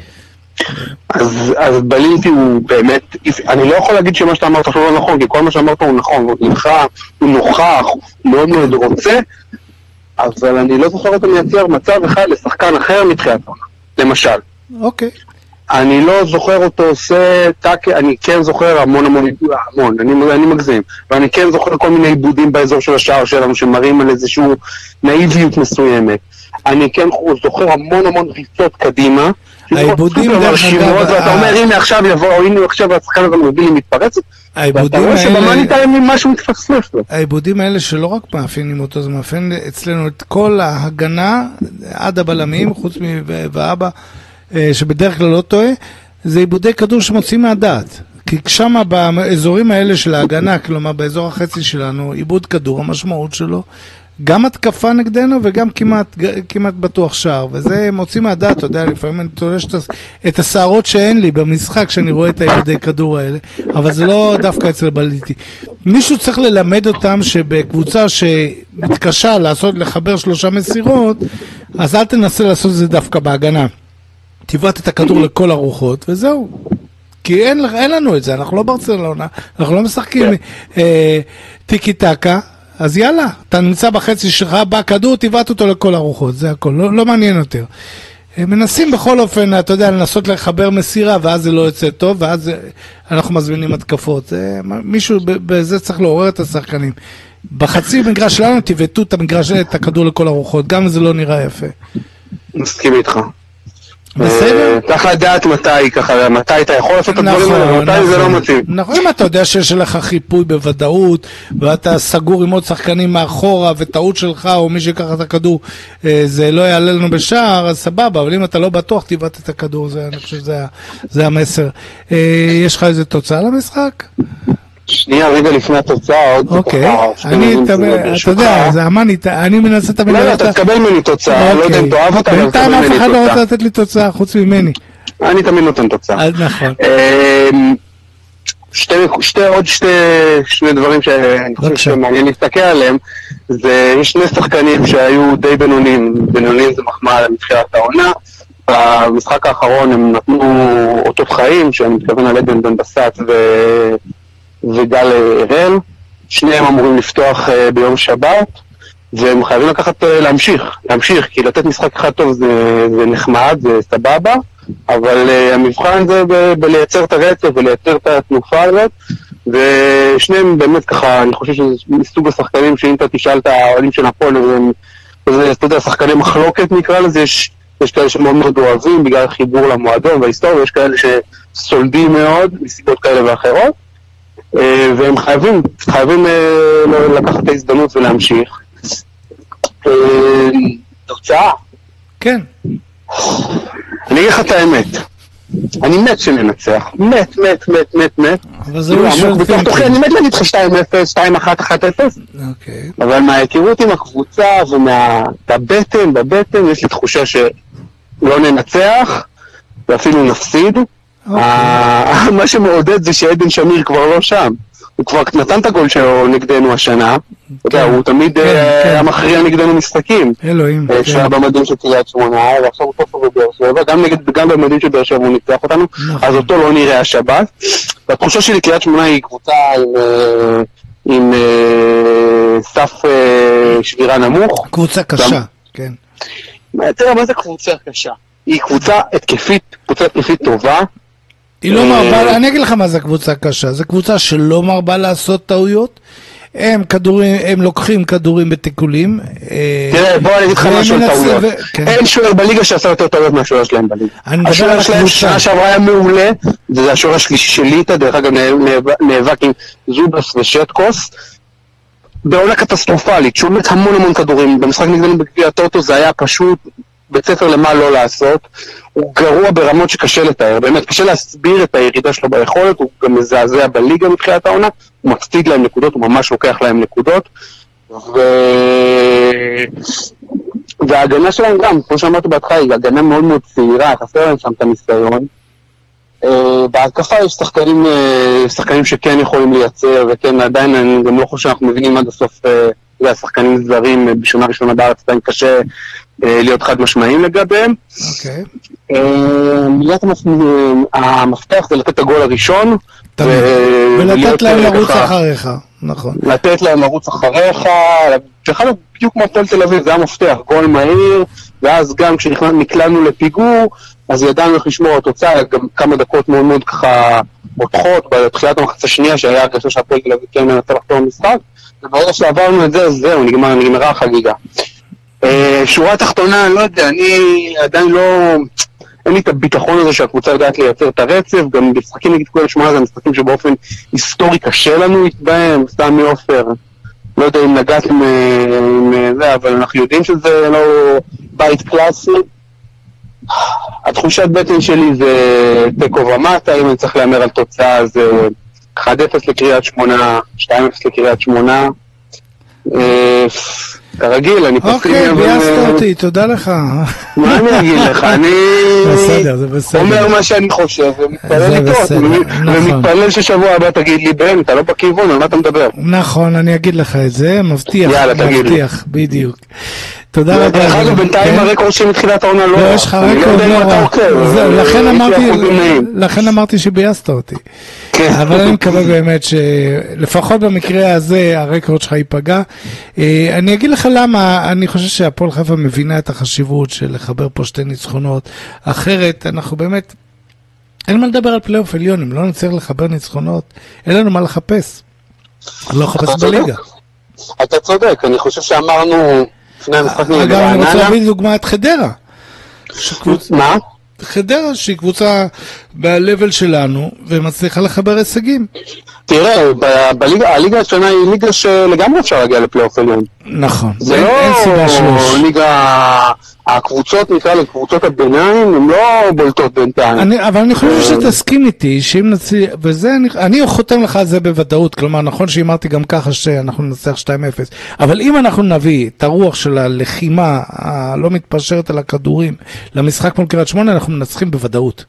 אז בליטי הוא באמת, אני לא יכול להגיד שמה שאתה אמרת לא נכון, כי כל מה שאמרת הוא נכון, הוא נוכח, הוא מאוד מאוד רוצה, אבל אני לא זוכר את המייצר מצב אחד לשחקן אחר מתחילת עונה, למשל. אוקיי. אני לא זוכר אותו עושה טאק, אני כן זוכר המון, אני מגזים, ואני כן זוכר כל מיני עיבודים באזור של השער שלנו שמראים על איזשהו נאיביות מסוימת. אני כן זוכר המון ריצות קדימה, העיבודים דרך אגב, ואתה אומר הנה עכשיו יבוא, או הנה עכשיו השחקן הזה מוביל לי מתפרצת, ואתה רואה שבמאני טיים משהו מתפספס לו. העיבודים האלה שלא רק מאפיינים אותו, זה מאפיין אצלנו את כל ההגנה עד הבלמים, חוץ ואבא, שבדרך כלל לא טועה, זה עיבודי כדור שמוצאים מהדעת. כי כשמה באזורים האלה של ההגנה, כלומר באזור החצי שלנו, עיבוד כדור, המשמעות שלו, גם התקפה נגדנו וגם כמעט בטוח שער, וזה מוצאים מהדעת, אתה יודע, לפעמים אני תולש את השערות שאין לי במשחק שאני רואה את העיבודי כדור האלה, אבל זה לא דווקא אצל בליטי. מישהו צריך ללמד אותם שבקבוצה שמתקשה לחבר 3 מסירות, אז אל תנסה לעשות את זה דווקא בהגנה. תיבט את הכדור לכל הרוחות, וזהו. כי אין לנו את זה, אנחנו לא ברצלונה, אנחנו לא משחקים טיקי טקה, אז יאללה, אתה נמצא בחצי שלך, בא כדור, תיבט אותו לכל הרוחות, זה הכל, לא מעניין יותר. מנסים בכל אופן, אתה יודע, לנסות לחבר מסירה, ואז זה לא יוצא טוב, ואז אנחנו מזמינים התקפות. מישהו בזה צריך לעורר את השחקנים. בחצי מגרש שלנו, תיבטו את הכדור לכל הרוחות, גם אם זה לא נראה יפה. מסכים איתך. בסדר? צריך לדעת מתי אתה יכול לעשות את הדברים האלה, מתי זה לא מתאים. נכון, אם אתה יודע שיש לך חיפוי בוודאות, ואתה סגור עם עוד שחקנים מאחורה, וטעות שלך או מי שיקח את הכדור, זה לא יעלה לנו בשער, אז סבבה, אבל אם אתה לא בטוח, תיבט את הכדור, אני חושב שזה המסר. יש לך איזה תוצאה למשחק? שנייה, רגע לפני התוצאה, עוד אוקיי, אתה יודע, זה המאני, אני מנסה את המילה. לא, אתה תקבל ממני תוצאה, לא יודע אם תאהב אותה, אבל תקבל ממני תוצאה. בינתיים אף אחד לא רוצה לתת לי תוצאה, חוץ ממני. אני תמיד נותן תוצאה. נכון. עוד שני דברים שאני חושב שמעניין להסתכל עליהם, יש 2 שחקנים שהיו די בינוניים זה מחמאה מתחילת העונה, במשחק האחרון הם נתנו אותות חיים, שאני מתכוון על עדן בן בסט וגל הראל, שניהם אמורים לפתוח ביום שבת, והם חייבים להמשיך, כי לתת משחק אחד טוב זה נחמד, זה סבבה, אבל המבחן זה בלייצר את הרצף ולייצר את התנופה הזאת, ושניהם באמת ככה, אני חושב שזה מסוג השחקנים שאם אתה תשאל את העולים של הפועל, אתה יודע, שחקני מחלוקת נקרא לזה, יש כאלה שמאוד מאוד אוהבים בגלל חיבור למועדון וההיסטוריה, ויש כאלה שסולדים מאוד מסיבות כאלה ואחרות, והם חייבים לקחת את ההזדמנות ולהמשיך. תוצאה? כן. אני אגיד לך את האמת. אני מת שננצח. מת. אבל זה לא שואל תוכי, אני מת להגיד לך 2-0, 2-1, 1-0. אבל מההיכרות עם הקבוצה בבטן, יש לי תחושה שלא ננצח, ואפילו נפסיד. מה שמעודד זה שעדן שמיר כבר לא שם. הוא כבר נתן את הגול שלו נגדנו השנה, הוא תמיד היה מכריע נגדנו משחקים. אלוהים. שהיה במדים של קריית שמונה, ועכשיו הוא טוב בבאר שבע, גם במדים של באר שבע הוא ניצח אותנו, אז אותו לא נראה השבת. והתחושה שלי קריית שמונה היא קבוצה עם סף שבירה נמוך. קבוצה קשה, כן. תראה, מה זה קבוצה קשה? היא קבוצה התקפית טובה, היא לא מרבה, אני אגיד לך מה זה קבוצה קשה, זה קבוצה שלא מרבה לעשות טעויות, הם לוקחים כדורים בתיקולים. תראה, בוא אני אגיד לך משהו על טעויות. אין שוער בליגה שעשה יותר טעויות מהשוער שלהם בליגה. השוער שלהם שנה שעברה היה מעולה, זה השוער השלישי של ליטא, דרך אגב נאבק עם זובס ושטקוס, בעונה קטסטרופלית, שהוא מת המון כדורים, במשחק נגדנו בגביע הטוטו זה היה פשוט בית ספר למה לא לעשות, הוא גרוע ברמות שקשה לתאר, באמת קשה להסביר את הירידה שלו ביכולת, הוא גם מזעזע בליגה מבחינת העונה, הוא מפסיד להם נקודות, הוא ממש לוקח להם נקודות, וההגנה שלהם גם, כמו שאמרתי בהתחלה, היא הגנה מאוד מאוד צעירה, חסר להם שם את הניסיון, בהתקפה יש שחקנים שכן יכולים לייצר, וכן עדיין אני גם לא חושב שאנחנו מבינים עד הסוף, השחקנים זרים בשנה ראשונה בארץ, עדיין קשה להיות חד משמעיים לגביהם. מילת המפתח זה לתת את הגול הראשון, ולתת להם לרוץ אחריך, נכון. לתת להם לרוץ אחריך, שאחד בדיוק כמו תל אביב, זה המפתח, גול מהיר, ואז גם כשנקלענו לפיגור, אז ידענו איך לשמור התוצאה, גם כמה דקות מאוד מאוד ככה מותחות, בתחילת המחצית השנייה שהיה הרגשה שהפועל תל אביב כן מנסה לחתום במשחק, וברגע שעברנו את זה, זהו, נגמרה החגיגה. שורה תחתונה, אני לא יודע, אני עדיין לא, אין לי את הביטחון הזה שהקבוצה יודעת לייצר את הרצף, גם במשחקים נגיד כל השמונה זה משחקים שבאופן היסטורי קשה לנו בהם, סתם עופר, לא יודע אם נגעתם עם זה, אבל אנחנו יודעים שזה לא בית קלאסי. התחושת בטן שלי זה תיקו ומטה, אם אני צריך לאמר על תוצאה זה 1-0 לקריית שמונה, 2-0 לקריית שמונה, כרגיל, אני פסים... אוקיי, בייסת אותי, תודה לך. מה אני אגיד לך? אני אומר מה שאני חושב, ומתפלל ששבוע הבא תגיד לי, בן, אתה לא בכיוון, על מה אתה מדבר? נכון, אני אגיד לך את זה, מבטיח, בדיוק. תודה רבה. דרך אגב, בינתיים הרקורד שמתחילת העונה לא... יש לך רקורד לא רע. לכן אמרתי שבייסת אותי. אבל אני מקווה באמת שלפחות במקרה הזה הרקורד שלך ייפגע. אני אגיד לך למה, אני חושב שהפועל חיפה מבינה את החשיבות של לחבר פה שתי ניצחונות. אחרת אנחנו באמת, אין מה לדבר על פלייאוף עליון, אם לא נצטרך לחבר ניצחונות, אין לנו מה לחפש. לא לחפש בליגה. אתה צודק, אני חושב שאמרנו... אגב, אני רוצה להביא דוגמה את חדרה. מה? חדרה שהיא קבוצה בלבל שלנו ומצליחה לחבר הישגים. תראה, הליגה השנה היא ליגה שלגמרי אפשר להגיע לפלייאוף עליון. נכון. זה לא ליגה, הקבוצות נקרא לקבוצות הביניים, הן לא בולטות בינתיים. אבל אני חושב שתסכים איתי, שאם נצליח, וזה, אני חותם לך על זה בוודאות, כלומר, נכון שאמרתי גם ככה שאנחנו נצליח 2-0, אבל אם אנחנו נביא את הרוח של הלחימה, הלא מתפשרת על הכדורים, למשחק מול קריית שמונה, אנחנו מנצחים בוודאות.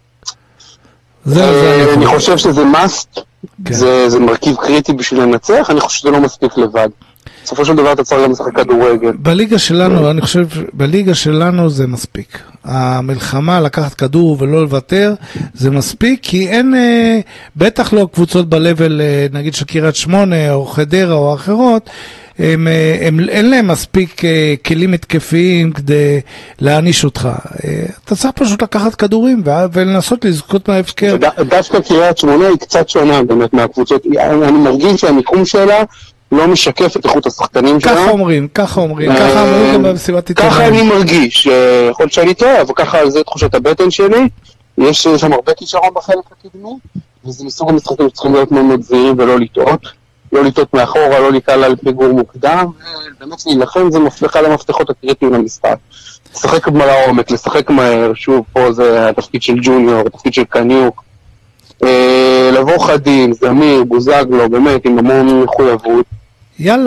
אני חושב שזה must, זה מרכיב קריטי בשביל לנצח, אני חושב שזה לא מספיק לבד. בסופו של דבר אתה צריך למשחק כדורגל. בליגה שלנו, אני חושב, בליגה שלנו זה מספיק. המלחמה לקחת כדור ולא לוותר, זה מספיק, כי אין, בטח לא קבוצות בלבל, נגיד של קריית שמונה או חדרה או אחרות, אין להם מספיק כלים התקפיים כדי להעניש אותך. אתה צריך פשוט לקחת כדורים ולנסות לזכות מההפקר. דווקא קריית שמונה היא קצת שונה באמת מהקבוצות. אני מרגיש שהמיקום שלה לא משקף את איכות השחקנים שלה. ככה אומרים גם במסיבת עיתונאים. ככה אני מרגיש, יכול להיות שאני טועה, אבל ככה זה תחושת הבטן שלי. יש שם הרבה כישרון בחלק הקדמי, וזה מסוג המשחקים שצריכים להיות מאוד זהירים ולא לטעות. לא לטעות מאחורה, לא להיקל על פיגור מוקדם, באמת להילחם זה אחד המפתחות הקריטיים למשחק. לשחק לעומק, לשחק מהר, שוב, פה זה התפקיד של ג'וניור, התפקיד של קניוק. לבוא חדים, זמיר, בוזגלו, באמת, עם המון מחויבות. יאללה,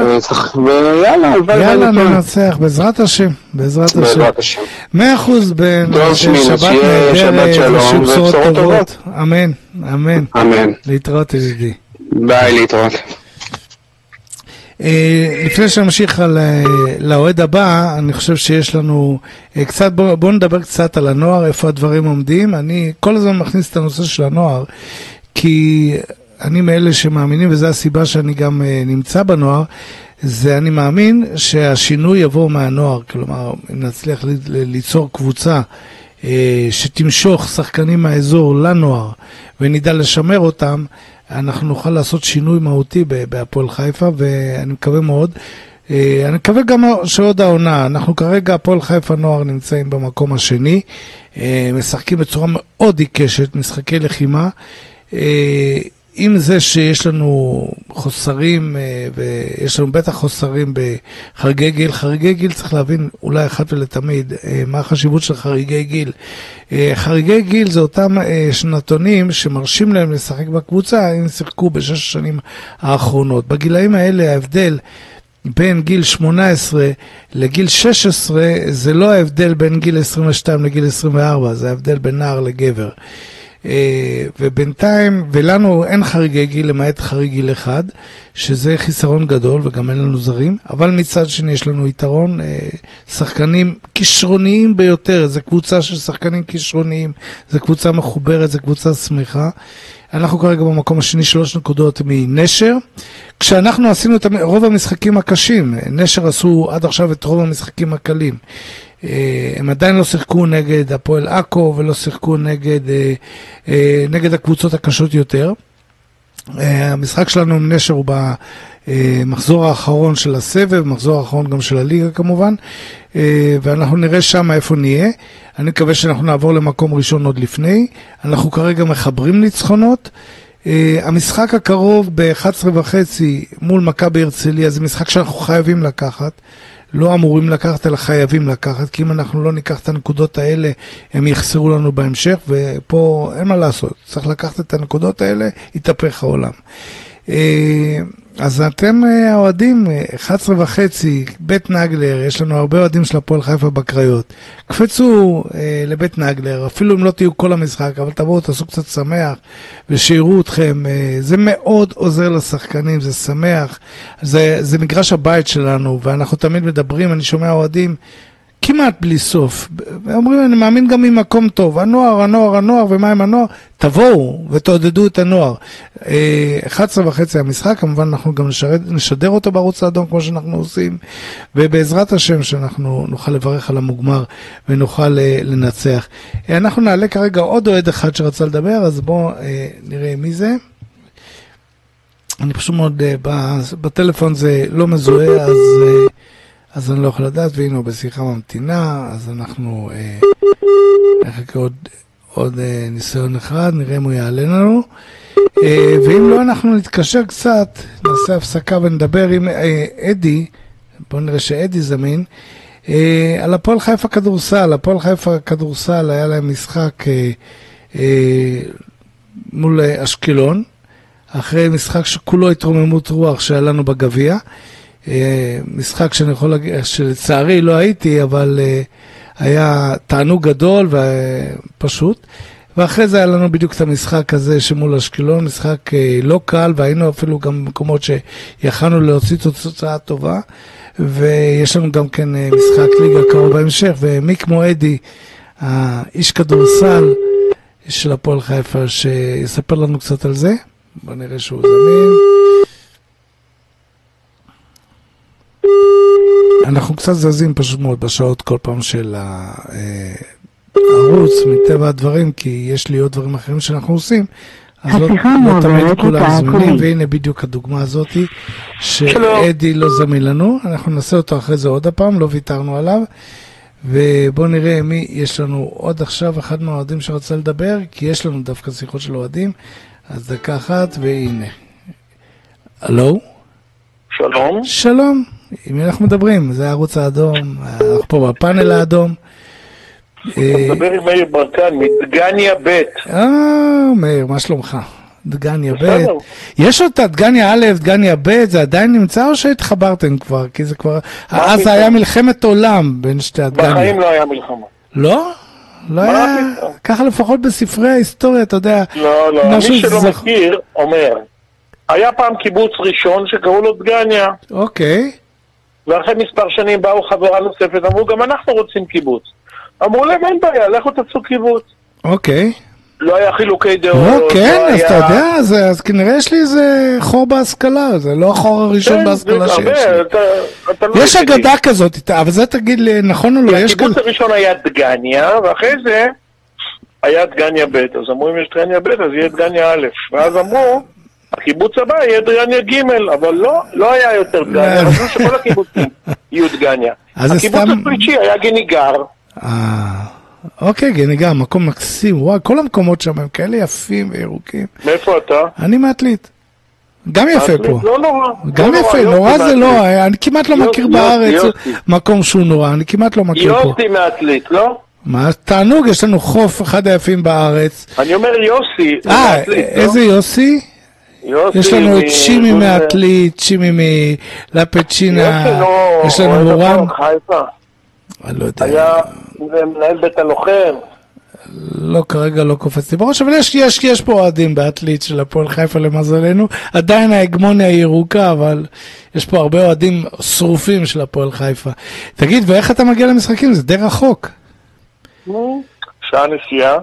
ננצח, בעזרת השם, 100% שבת נהדרת ושבשורות טובות. אמן. להתראות ידידי. ביי, להתראות. לפני שנמשיך לאוהד הבא, אני חושב שיש לנו קצת, בואו נדבר קצת על הנוער, איפה הדברים עומדים. אני כל הזמן מכניס את הנושא של הנוער, כי אני מאלה שמאמינים, וזו הסיבה שאני גם נמצא בנוער, זה אני מאמין שהשינוי יבוא מהנוער, כלומר, אם נצליח ליצור קבוצה שתמשוך שחקנים מהאזור לנוער, ונדע לשמר אותם, אנחנו נוכל לעשות שינוי מהותי בהפועל חיפה, ואני מקווה מאוד. אני מקווה גם שעוד העונה, אנחנו כרגע, הפועל חיפה נוער נמצאים במקום השני, משחקים בצורה מאוד עיקשת, משחקי לחימה, עם זה שיש לנו חוסרים, ויש לנו בטח חוסרים בחריגי גיל. חריגי גיל צריך להבין אולי אחת ולתמיד מה החשיבות של חריגי גיל. חריגי גיל זה אותם שנתונים שמרשים להם לשחק בקבוצה, אם שיחקו בשש השנים האחרונות. בגילאים האלה ההבדל בין גיל 18 לגיל 16 זה לא ההבדל בין גיל 22 לגיל 24, זה ההבדל בין נער לגבר. ובינתיים, ולנו אין חריגי גיל למעט חריג גיל אחד, שזה חיסרון גדול וגם אין לנו זרים, אבל מצד שני יש לנו יתרון, שחקנים כישרוניים ביותר, זה קבוצה של שחקנים כישרוניים, זה קבוצה מחוברת, זה קבוצה שמחה. אנחנו כרגע במקום השני 3 נקודות מנשר, כשאנחנו עשינו את רוב המשחקים הקשים, נשר עשו עד עכשיו את רוב המשחקים הקלים, הם עדיין לא שיחקו נגד הפועל עכו ולא שיחקו נגד הקבוצות הקשות יותר. המשחק שלנו עם נשר הוא במחזור האחרון של הסבב, מחזור האחרון גם של הליגה כמובן, ואנחנו נראה שם איפה נהיה. אני מקווה שאנחנו נעבור למקום ראשון עוד לפני. אנחנו כרגע מחברים ניצחונות. המשחק הקרוב ב-11:30 מול מכבי הרצליה, זה משחק שאנחנו חייבים לקחת, לא אמורים לקחת אלא חייבים לקחת, כי אם אנחנו לא ניקח את הנקודות האלה הם יחסרו לנו בהמשך, ופה אין מה לעשות, צריך לקחת את הנקודות האלה, יתהפך העולם. אז אתם האוהדים, 11:30, בית נגלר, יש לנו הרבה אוהדים של הפועל חיפה בקריות, קפצו לבית נגלר, אפילו אם לא תהיו כל המשחק, אבל תבואו, תעשו קצת שמח, ושיראו אתכם, זה מאוד עוזר לשחקנים, זה שמח, זה מגרש הבית שלנו, ואנחנו תמיד מדברים, אני שומע אוהדים, כמעט בלי סוף, אומרים, אני מאמין גם ממקום טוב, הנוער, ומה עם הנוער? תבואו ותעודדו את הנוער. 11:30 המשחק, כמובן אנחנו גם נשדר אותו בערוץ האדום כמו שאנחנו עושים, ובעזרת השם שאנחנו נוכל לברך על המוגמר ונוכל לנצח. אנחנו נעלה כרגע עוד אוהד אחד שרצה לדבר, אז בואו נראה מי זה. אני פשוט מאוד, בטלפון זה לא מזוהה, אז אני לא יכול לדעת, והנה הוא בשיחה ממתינה, אז אנחנו נחכה עוד ניסיון אחד, נראה אם הוא יעלה לנו, ואם לא אנחנו נתקשר קצת, נעשה הפסקה ונדבר עם אדי, בואו נראה שאדי זמין, על הפועל חיפה כדורסל. הפועל חיפה כדורסל היה להם משחק מול אשקלון, אחרי משחק שכולו התרוממות רוח שהיה לנו בגביע, משחק שאני יכול להגיד, שלצערי לא הייתי, אבל היה תענוג גדול ופשוט, ואחרי זה היה לנו בדיוק את המשחק הזה שמול אשקלון, משחק לא קל, והיינו אפילו גם במקומות שיכלנו להוציא תוצאה טובה, ויש לנו גם כן משחק ליגה קרוב בהמשך, ומי כמו אדי, האיש כדורסל של הפועל חיפה, שיספר לנו קצת על זה. בוא נראה שהוא זמין. אנחנו קצת זזים פשוט מאוד בשעות כל פעם של הערוץ, מטבע הדברים, כי יש לי עוד דברים אחרים שאנחנו עושים, אז לא תמיד כולם זמינים, והנה בדיוק הדוגמה הזאת, שאדי לא זמין לנו, אנחנו נעשה אותו אחרי זה עוד הפעם, לא ויתרנו עליו, ובואו נראה מי יש לנו עוד עכשיו, אחד מהאוהדים שרצה לדבר, כי יש לנו דווקא שיחות של אוהדים, אז דקה אחת, והנה. הלו? שלום. שלום. עם מי אנחנו מדברים? זה הערוץ האדום, אנחנו פה בפאנל האדום. מדבר עם מאיר ברקן, מדגניה ב'. מאיר, מה שלומך? דגניה ב'. יש אותה דגניה א', דגניה ב', זה עדיין נמצא או שהתחברתם כבר? כי זה כבר, אז זה היה מלחמת עולם בין שתי הדגניה. בחיים לא היה מלחמה. לא? לא היה, ככה לפחות בספרי ההיסטוריה, אתה יודע. לא, מי שלא מכיר אומר, היה פעם קיבוץ ראשון שקראו לו דגניה. אוקיי. ואחרי מספר שנים באו חברה נוספת, אמרו גם אנחנו רוצים קיבוץ. אמרו להם אין בעיה, לכו תעשו קיבוץ. אוקיי. לא היה חילוקי דעות. כן, אז אתה יודע, אז כנראה יש לי איזה חור בהשכלה, זה לא החור הראשון בהשכלה שיש לי. יש אגדה כזאת, אבל זה תגיד לי, נכון או לא? הקיבוץ הראשון היה דגניה, ואחרי זה היה דגניה ב', אז אמרו אם יש דגניה ב', אז יהיה דגניה א', ואז אמרו, הקיבוץ הבא יהיה דגניה ג', אבל לא היה יותר דגניה, רצו שכל הקיבוצים יהיו דגניה. הקיבוץ השלישי היה גניגר. אוקיי, גניגר, מקום מקסים, וואי, כל המקומות שם הם כאלה יפים וירוקים. מאיפה אתה? אני מעתלית. גם יפה פה. לא נורא. גם יפה, נורא זה לא, אני כמעט לא מכיר בארץ מקום שהוא נורא, אני כמעט לא מכיר פה. יוסי מעתלית, לא? מה, תענוג, יש לנו חוף אחד היפים בארץ. אני אומר יוסי. איזה יוסי? יש לנו את שימי מעתלית, שימי מלפצ'ינה, יש לנו מורן. אני לא יודע. היה מנהל בית הלוחם. לא, כרגע לא קופצתי בראש, אבל יש פה אוהדים בעתלית של הפועל חיפה למזלנו. עדיין ההגמוניה היא ירוקה, אבל יש פה הרבה אוהדים שרופים של הפועל חיפה. תגיד, ואיך אתה מגיע למשחקים? זה די רחוק. שעה נסיעה.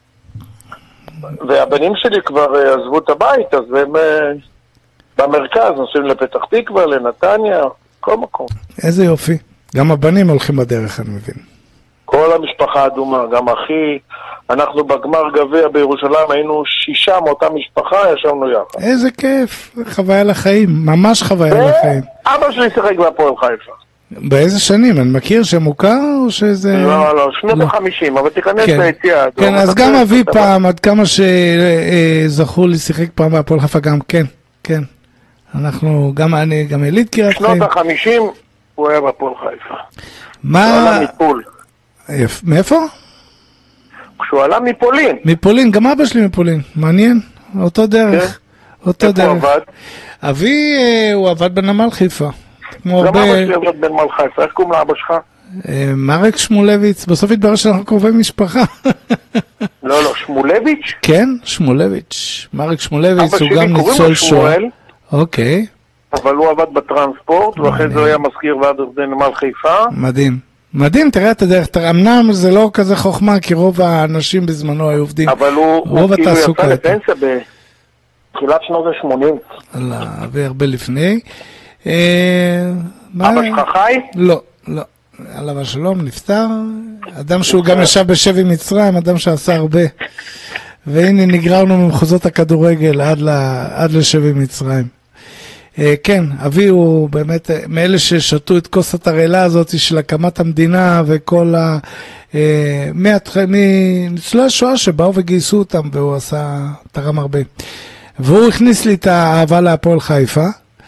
והבנים שלי כבר עזבו את הבית, אז הם במרכז, נוסעים לפתח תקווה, לנתניה, כל מקום. איזה יופי. גם הבנים הולכים בדרך, אני מבין. כל המשפחה אדומה, גם אחי, אנחנו בגמר גביע בירושלים, היינו 6 מאותה משפחה, ישבנו יחד. איזה כיף, חוויה לחיים, ממש חוויה לחיים. אבא שלי שיחק בהפועל חיפה. באיזה שנים? אני מכיר שמוכר או שזה... לא, שנות ה-50, אבל תיכנס ליציאה. כן, אז גם אבי פעם, עד כמה שזכו לי שיחק פעם בהפועל חיפה, גם כן. אנחנו, גם אני, גם יליד קריית חיים. שנות ה-50 הוא היה בהפועל חיפה. מה... הוא עלה מפול. מאיפה? כשהוא עלה מפולין. מפולין, גם אבא שלי מפולין, מעניין, אותו דרך. אותו דרך. איפה הוא עבד? אבי, הוא עבד בנמל חיפה. גם אבא שלי עבד בנמל חיפה, איך קוראים לאבא שלך? מרק שמולביץ, בסוף התברר שאנחנו קרובי משפחה. לא, שמולביץ'? כן, שמולביץ'. מרק שמולביץ הוא גם ניצול שואה. אוקיי. אבל הוא עבד בטרנספורט, ואחרי זה הוא היה מזכיר ועד עובדי נמל חיפה. מדהים, תראה את הדרך. אמנם זה לא כזה חוכמה, כי רוב האנשים בזמנו היו עובדים. אבל הוא כאילו יצא לפנסיה בתחילת שנות ה-80. לא, והרבה לפני. אבא שלך חי? לא. עליו השלום, נפטר. אדם שהוא גם ישב בשבי מצרים, אדם שעשה הרבה. והנה נגררנו ממחוזות הכדורגל עד לשבי מצרים. כן, אבי הוא באמת מאלה ששתו את כוס התרעלה הזאת של הקמת המדינה וכל מניצולי השואה שבאו וגייסו אותם, והוא תרם הרבה. והוא הכניס לי את האהבה להפועל חיפה,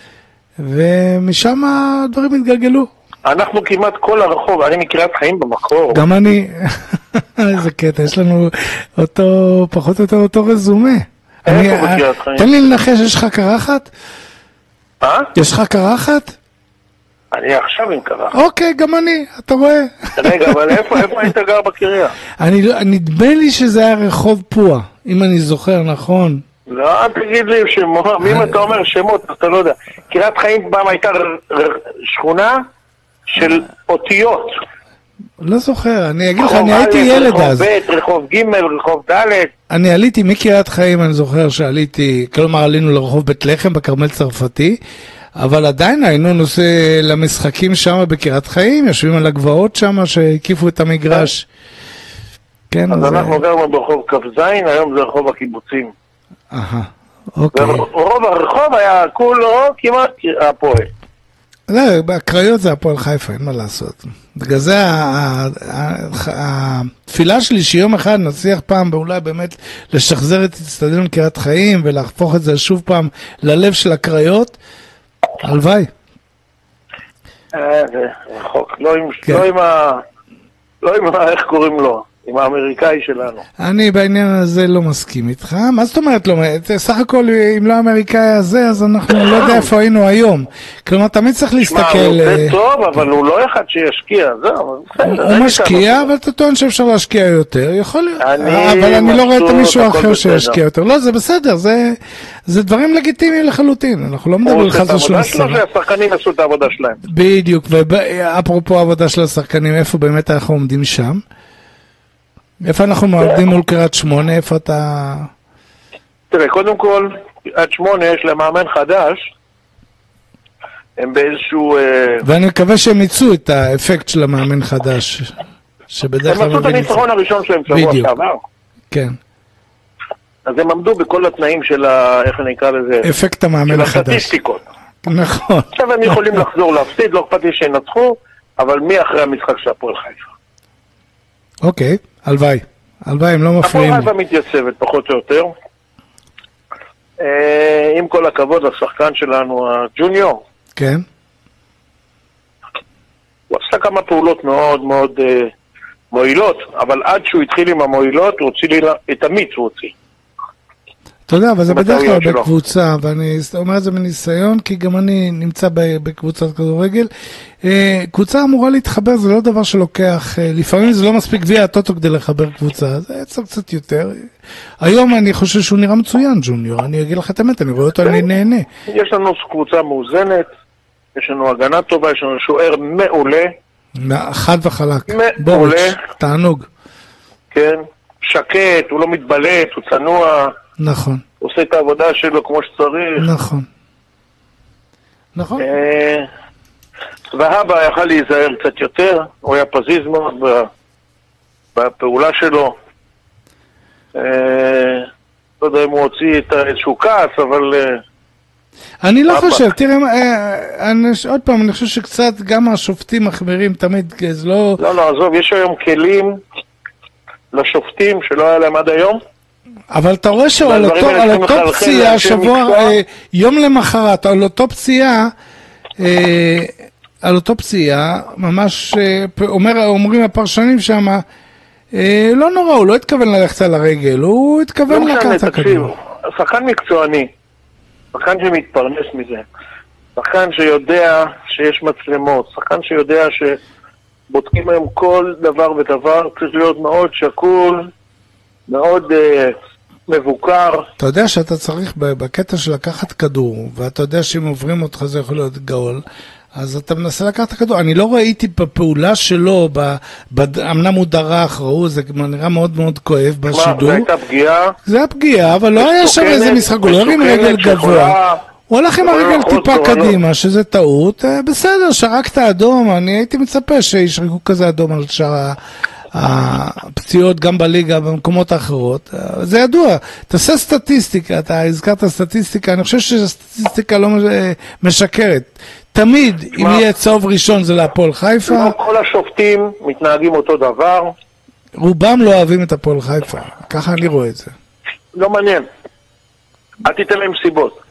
ומשם הדברים התגלגלו. אנחנו כמעט כל הרחוב, אני מקריית חיים במקור. גם אני, איזה קטע, יש לנו אותו, פחות או יותר אותו רזומה. איפה בקריית חיים? תן לי לנחש, יש לך קרחת? מה? יש לך קרחת? אני עכשיו עם קרחת. אוקיי, גם אני, אתה רואה. רגע, אבל איפה היית גר בקריה? נדמה לי שזה היה רחוב פוע, אם אני זוכר נכון. לא, תגיד לי שמות, אם אתה אומר שמות, אתה לא יודע. קריית חיים פעם הייתה שכונה של אותיות. לא זוכר, אני אגיד לך, אני הייתי ילד אז. רחוב ב', רחוב ג', רחוב ד'. אני עליתי מקריית חיים, אני זוכר שעליתי, כלומר עלינו לרחוב בית לחם בכרמל צרפתי, אבל עדיין היינו נושא למשחקים שם בקריית חיים, יושבים על הגבעות שם שהקיפו את המגרש. כן, אז אנחנו גרנו ברחוב כ"ז, היום זה רחוב הקיבוצים. אוקיי. רוב הרחוב היה כולו כמעט הפועל. לא, בקריות זה הפועל חיפה, אין מה לעשות. בגלל זה התפילה שלי שיום אחד נצליח פעם ואולי באמת לשחזר את אצטדיון קריית חיים ולהפוך את זה שוב פעם ללב של הקריות. הלוואי. זה רחוק, לא עם איך קוראים לו. עם האמריקאי שלנו. אני בעניין הזה לא מסכים איתך. מה זאת אומרת לא? סך הכל, אם לא האמריקאי הזה, אז אנחנו לא יודע איפה היינו היום. כלומר, תמיד צריך להסתכל... הוא עושה טוב, אבל הוא לא אחד שישקיע. זהו, הוא משקיע, אבל אתה טוען שאפשר להשקיע יותר. יכול להיות. אבל אני לא רואה את מישהו אחר שישקיע יותר. לא, זה בסדר. זה דברים לגיטימיים לחלוטין. אנחנו לא מדברים חס ושלום. השחקנים עשו את העבודה שלהם. בדיוק. ואפרופו העבודה של השחקנים, איפה באמת אנחנו עומדים שם? איפה אנחנו מעבדים מול קריית שמונה? איפה אתה... תראה, קודם כל, קריית שמונה יש למאמן חדש, הם באיזשהו... ואני מקווה שהם ייצאו את האפקט של המאמן חדש, שבדרך כלל... הם עשו את הניצחון הראשון שלהם שבוע שעבר. כן. אז הם עמדו בכל התנאים של איך אני אקרא לזה? אפקט המאמן החדש. של הסטטיסטיקות. נכון. עכשיו הם יכולים לחזור להפסיד, לא אכפת לי שינצחו, אבל מי אחרי המשחק של הפועל חיפה? אוקיי, הלוואי. הלוואי, הם לא מפריעים. הפועל חיפה מתייצבת, פחות או יותר. עם כל הכבוד לשחקן שלנו, הג'וניור. כן. הוא עשה כמה פעולות מאוד מאוד מועילות, אבל עד שהוא התחיל עם המועילות, הוא הוציא לי את המיץ, הוא הוציא. אתה יודע, אבל זה בדרך כלל בקבוצה, ואני אומר את זה מניסיון, כי גם אני נמצא בקבוצת כדורגל. קבוצה אמורה להתחבר, זה לא דבר שלוקח, לפעמים זה לא מספיק גביע הטוטו כדי לחבר קבוצה, זה יצר קצת יותר. היום אני חושב שהוא נראה מצוין, ג'וניור, אני אגיד לך את האמת, אני רואה אותו, אני נהנה. יש לנו קבוצה מאוזנת, יש לנו הגנה טובה, יש לנו שוער מעולה. חד וחלק. מעולה. תענוג. כן, שקט, הוא לא מתבלט, הוא צנוע. נכון. הוא עושה את העבודה שלו כמו שצריך. נכון. נכון. והאבא יכל להיזהר קצת יותר, הוא היה פזיז מאוד בפעולה שלו. לא יודע אם הוא הוציא את איזשהו כעס, אבל... אני לא חושב, תראה, עוד פעם, אני חושב שקצת גם השופטים מחמירים תמיד, זה לא... לא, עזוב, יש היום כלים לשופטים שלא היה להם עד היום. אבל אתה רואה שעל אותו פציעה, שבוע, יום למחרת, על אותו פציעה, ממש אומרים הפרשנים שם, לא נורא, הוא לא התכוון ללכת על הרגל, הוא התכוון לקחת הכדור. שחקן מקצועני, שחקן שמתפרנס מזה, שחקן שיודע שיש מצלמות, שחקן שיודע שבודקים היום כל דבר ודבר, צריך להיות מאוד שקול, מאוד מבוקר. אתה יודע שאתה צריך בקטע של לקחת כדור, ואתה יודע שאם עוברים אותך זה יכול להיות גאול, אז אתה מנסה לקחת את הכדור. אני לא ראיתי בפעולה שלו, אמנם הוא דרך, ראו, זה נראה מאוד מאוד כואב בשידור. זה הייתה פגיעה. זה היה פגיעה, אבל לא היה שם איזה משחק, הוא לא הרים רגל גבוה. הוא הלך עם הרגל טיפה קדימה, שזה טעות. בסדר, שרקת אדום, אני הייתי מצפה שישרקו כזה אדום על שאר הפציעות גם בליגה במקומות האחרות. זה ידוע, תעשה סטטיסטיקה, אתה הזכרת סטטיסטיקה, אני חושב שהסטטיסטיקה לא משקרת. תמיד, אם יהיה צהוב ראשון זה להפועל חיפה. לא כל השופטים מתנהגים אותו דבר. רובם לא אוהבים את הפועל חיפה, ככה אני רואה את זה. לא מעניין. אל תיתן להם סיבות.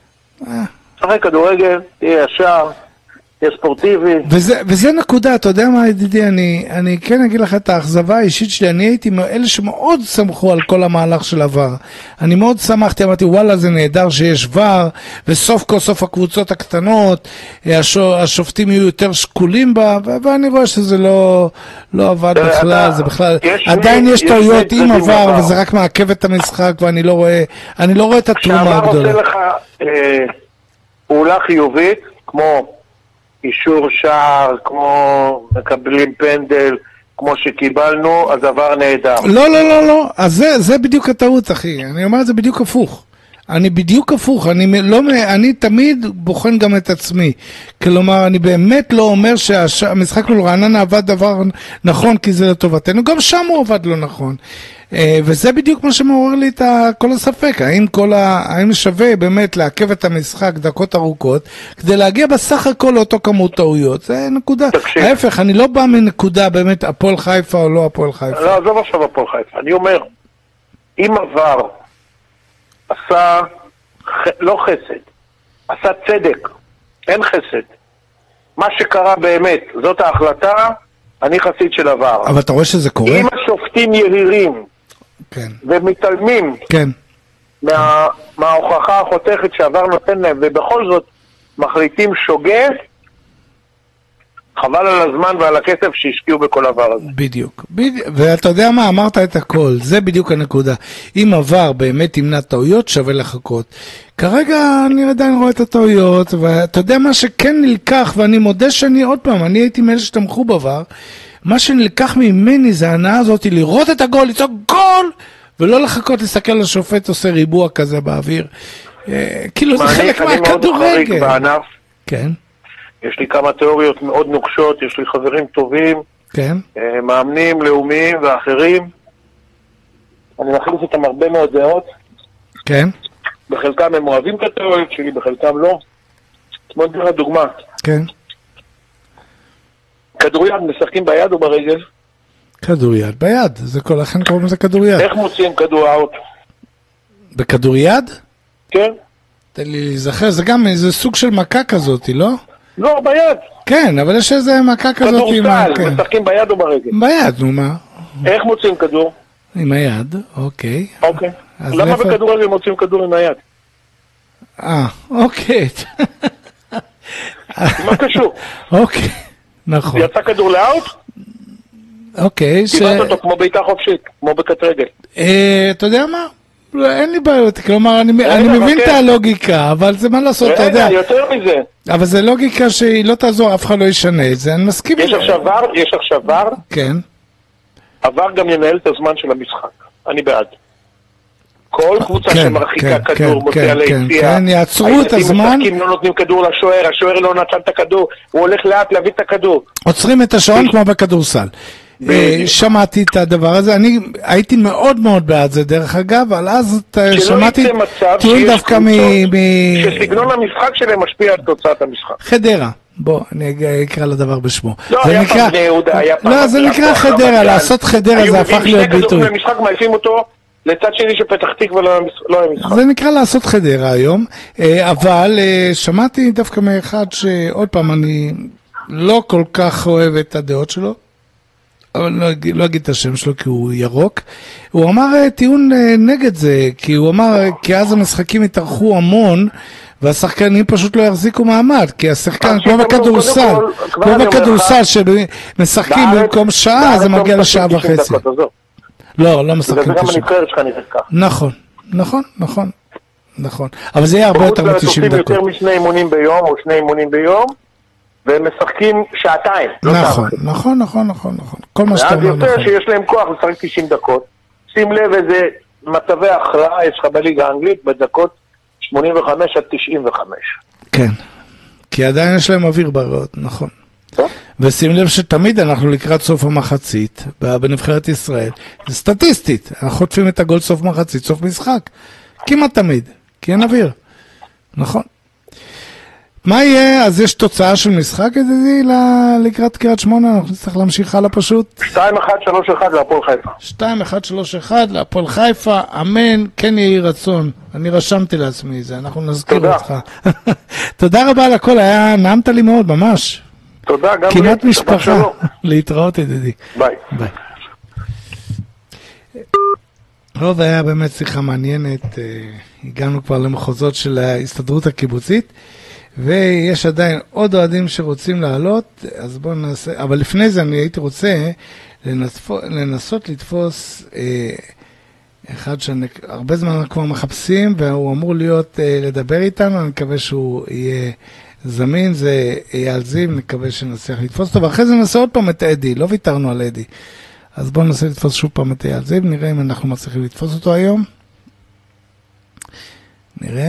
שחק כדורגל, תהיה ישר, תהיה ספורטיבי. וזה נקודה, אתה יודע מה ידידי, אני כן אגיד לך את האכזבה האישית שלי, אני הייתי מאלה שמאוד שמחו על כל המהלך של עבר. אני מאוד שמחתי, אמרתי וואלה זה נהדר שיש ור, וסוף כל סוף הקבוצות הקטנות, השופטים יהיו יותר שקולים בה, ואני רואה שזה לא עבד בכלל, זה בכלל, עדיין יש טעויות עם עבר, וזה רק מעכב את המשחק, ואני לא רואה את התרומה הגדולה. כשעבר עושה לך פעולה חיובית, כמו אישור שער, כמו מקבלים פנדל, כמו שקיבלנו, אז עבר נהדר. לא, אז זה בדיוק הטעות, אחי. אני אומר את זה בדיוק הפוך. אני בדיוק הפוך, אני תמיד בוחן גם את עצמי. כלומר, אני באמת לא אומר שהמשחק מול רעננה עבד דבר נכון, כי זה לטובתנו. גם שם הוא עבד לא נכון. וזה בדיוק מה שמעורר לי את כל הספק. האם שווה באמת לעכב את המשחק דקות ארוכות, כדי להגיע בסך הכל לאותו כמות טעויות. זה נקודה. ההפך, אני לא בא מנקודה באמת הפועל חיפה או לא הפועל חיפה. לא, עזוב עכשיו הפועל חיפה. אני אומר, אם עבר עשה לא חסד, עשה צדק, אין חסד. מה שקרה באמת, זאת ההחלטה, אני חסיד של עבר. אבל אתה רואה שזה קורה? אם השופטים יהירים, כן. ומתעלמים, כן. מההוכחה החותכת שעבר נותן להם, ובכל זאת מחליטים שוגה, חבל על הזמן ועל הכסף שהשקיעו בכל עבר הזה. בדיוק. ואתה יודע מה, אמרת את הכל, זה בדיוק הנקודה. אם עבר באמת ימנע טעויות, שווה לחכות. כרגע אני עדיין רואה את הטעויות, ואתה יודע מה שכן נלקח, ואני מודה שאני עוד פעם, אני הייתי מאלה שתמכו בעבר, מה שנלקח ממני זה ההנאה הזאת, לראות את הגול, לצעוק גול, ולא לחכות להסתכל לשופט עושה ריבוע כזה באוויר. כאילו זה חלק מהכדורגל. אני מאוד חריג בענף. כן. יש לי כמה תיאוריות מאוד נוקשות, יש לי חברים טובים, כן. מאמנים לאומיים ואחרים. אני מחליף איתם הרבה מאוד דעות. כן. בחלקם הם אוהבים את התיאוריות שלי, בחלקם לא. בוא נתן לך דוגמה. כן. כדוריד משחקים ביד או ברגל? כדוריד ביד, זה כל לכן קוראים לזה כדוריד. איך מוציאים כדור אאוט? בכדוריד? כן. תן לי להיזכר, זה גם איזה סוג של מכה כזאת, לא? לא, ביד. כן, אבל יש איזה מכה כזאת עם ה... כדורסל, משחקים ביד או ברגל? ביד, נו מה? איך מוציאים כדור? עם היד, אוקיי. אוקיי. אז למה לאיפה- בכדורגל מוציאים כדור עם היד? אוקיי. מה קשור? אוקיי, נכון. יצא כדור לאאוט? אוקיי, קיבלת אותו כמו בעיטה חופשית, כמו בכדורגל. אתה יודע מה? לא, אין לי בעיות, כלומר, אני מבין את הלוגיקה, אבל זה מה לעשות, אתה יודע. רגע, יותר מזה. אבל זה לוגיקה שהיא לא תעזור, אף אחד לא ישנה את זה, אני מסכים. יש עכשיו ור, כן. הוור גם ינהל את הזמן של המשחק. אני בעד. כל קבוצה שמרחיקה כדור, מוציאה ליציאה. כן, יעצרו את הזמן. המשחקים לא נותנים כדור לשוער, השוער לא נתן את הכדור, הוא הולך לאט להביא את הכדור. עוצרים את השעון כמו בכדורסל. שמעתי את הדבר הזה, אני הייתי מאוד מאוד בעד זה דרך אגב, אבל אז שמעתי טיעון דווקא שסגנון המשחק שלהם משפיע על תוצאת המשחק. חדרה. בוא, אני אקרא לדבר בשמו. לא, היה פעם בני יהודה, היה פעם... לא, זה נקרא חדרה, לעשות חדרה זה הפך להיות ביטוי. היו מביאים שני כדורים למשחק, מעיפים אותו לצד שני שפתח תקווה לא היה משחק. זה נקרא לעשות חדרה היום, אבל שמעתי דווקא מאחד שעוד פעם אני לא כל כך אוהב את הדעות שלו, אבל לא אגיד את השם שלו כי הוא ירוק. הוא אמר טיעון נגד זה, כי הוא אמר, כי אז המשחקים התארכו המון, והשחקנים פשוט לא יחזיקו מעמד, כי השחקן, כמו בכדורסל, שמשחקים במקום שעה, זה מגיע לשעה וחצי. לא משחקים 90. זה גם הנבחרת שלך נראה ככה. נכון. אבל זה יהיה הרבה יותר מ-90 דקות. יותר משני אימונים ביום, או שני אימונים ביום, והם משחקים שעתיים. נכון. כל מה שאתה אומר נכון. ואז יוצא שיש להם כוח לשחק 90 דקות. שים לב איזה מצבי הכרעה יש לך בליגה האנגלית בדקות 85 עד 95. כן, כי עדיין יש להם אוויר בריאות, נכון. ושים לב שתמיד אנחנו לקראת סוף המחצית בנבחרת ישראל, זה סטטיסטית, אנחנו חוטפים את הגול סוף מחצית, סוף משחק, כמעט תמיד, כי אין אוויר, נכון. מה יהיה? אז יש תוצאה של משחק ידידי לקראת קריית שמונה, אנחנו נצטרך להמשיך הלאה פשוט. 2-1-3-1 להפועל חיפה. 2-1-3-1 להפועל חיפה, אמן, כן יהי רצון. אני רשמתי לעצמי זה, אנחנו נזכיר אותך. תודה רבה על הכל, נעמת לי מאוד, ממש. תודה, גם כמעט משפחה. להתראות ידידי. ביי. טוב, היה באמת שיחה מעניינת, הגענו כבר למחוזות של ההסתדרות הקיבוצית. ויש עדיין עוד אוהדים שרוצים לעלות, אז בואו נעשה, אבל לפני זה אני הייתי רוצה לנסות לתפוס אחד שהרבה זמן כבר מחפשים, והוא אמור להיות, לדבר איתנו, אני מקווה שהוא יהיה זמין, זה אייל זיו, נקווה שנצליח לתפוס אותו, ואחרי זה נעשה עוד פעם את אדי, לא ויתרנו על אדי, אז בואו ננסה לתפוס שוב פעם את אייל זיו, נראה אם אנחנו מצליחים לתפוס אותו היום, נראה.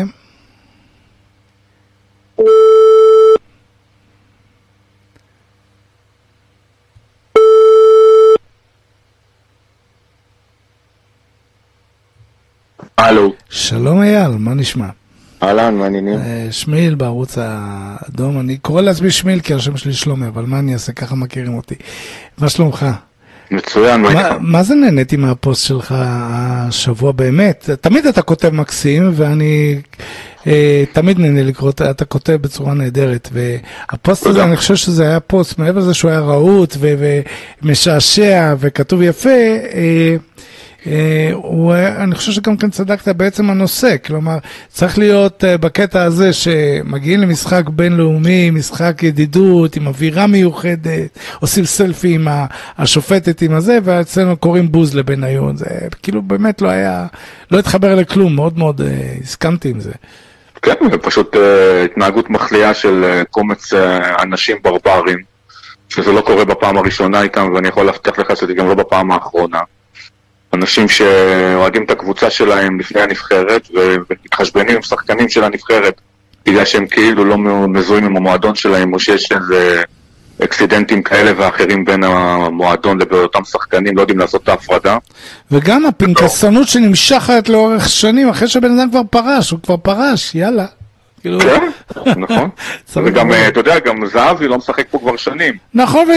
הלו. שלום אייל, מה נשמע? אהלן, מה העניינים? שמיל בערוץ האדום, אני קורא לעצמי שמיל כי השם שלי שלומי, אבל מה אני אעשה? ככה מכירים אותי. מה שלומך? מצוין. מה זה נהניתי מהפוסט שלך השבוע באמת? תמיד אתה כותב מקסים, ואני תמיד נהנה לקרוא, אתה כותב בצורה נהדרת, והפוסט הזה, אני חושב שזה היה פוסט, מעבר לזה שהוא היה רהוט ומשעשע וכתוב יפה, אני חושב שגם כן צדקת בעצם הנושא, כלומר צריך להיות בקטע הזה שמגיעים למשחק בינלאומי, משחק ידידות עם אווירה מיוחדת, עושים סלפי עם השופטת עם הזה, ואצלנו קוראים בוז לבניון, זה כאילו באמת לא התחבר לכלום, מאוד מאוד הסכמתי עם זה. כן, פשוט התנהגות מחליאה של קומץ אנשים ברברים, שזה לא קורה בפעם הראשונה איתם, ואני יכול להבטיח לך שזה גם לא בפעם האחרונה. אנשים שאוהדים את הקבוצה שלהם לפני הנבחרת ומתחשבנים עם שחקנים של הנבחרת בגלל שהם כאילו לא מזוהים עם המועדון שלהם או שיש איזה אקסידנטים כאלה ואחרים בין המועדון לבין אותם שחקנים, לא יודעים לעשות את ההפרדה. וגם הפנקסנות שנמשכת לאורך שנים, אחרי שבן אדם כבר פרש, הוא כבר פרש, יאללה. כן, נכון. וגם, אתה יודע, גם זהבי לא משחק פה כבר שנים. נכון,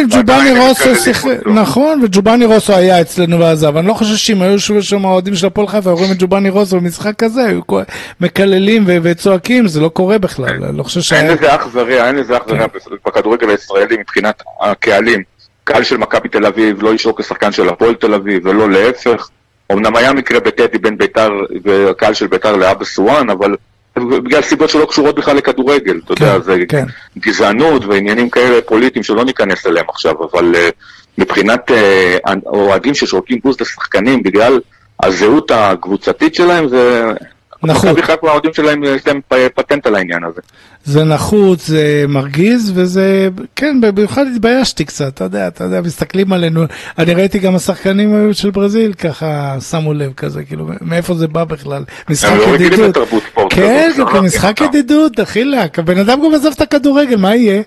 וג'ובאני רוסו היה אצלנו ועזב. אני לא חושב שאם היו שם האוהדים של הפועל חיפה, רואים את ג'ובאני רוסו במשחק כזה, היו מקללים וצועקים, זה לא קורה בכלל. אין לזה אח ורע בכדורגל הישראלי מבחינת הקהלים. קהל של מכבי תל אביב לא ישרוק כשחקן של הפועל תל אביב, ולא להפך. אמנם היה מקרה בטדי בין ביתר וקהל של ביתר לאבא סואן, אבל בגלל סיבות שלא קשורות בכלל לכדורגל, אתה יודע, זה גזענות ועניינים כאלה פוליטיים שלא ניכנס אליהם עכשיו, אבל מבחינת אוהדים ששורקים בוז לשחקנים בגלל הזהות הקבוצתית שלהם, זה נכון. בכלל האוהדים שלהם יש להם פטנט על העניין הזה. זה נחוץ, זה מרגיז, וזה, כן, במיוחד התביישתי קצת, אתה יודע, מסתכלים עלינו, אני ראיתי גם השחקנים של ברזיל, ככה שמו לב כזה, כאילו, מאיפה זה בא בכלל, משחק ידידות, כן, משחק ידידות, דחילק, הבן אדם גם עזב את הכדורגל, מה יהיה?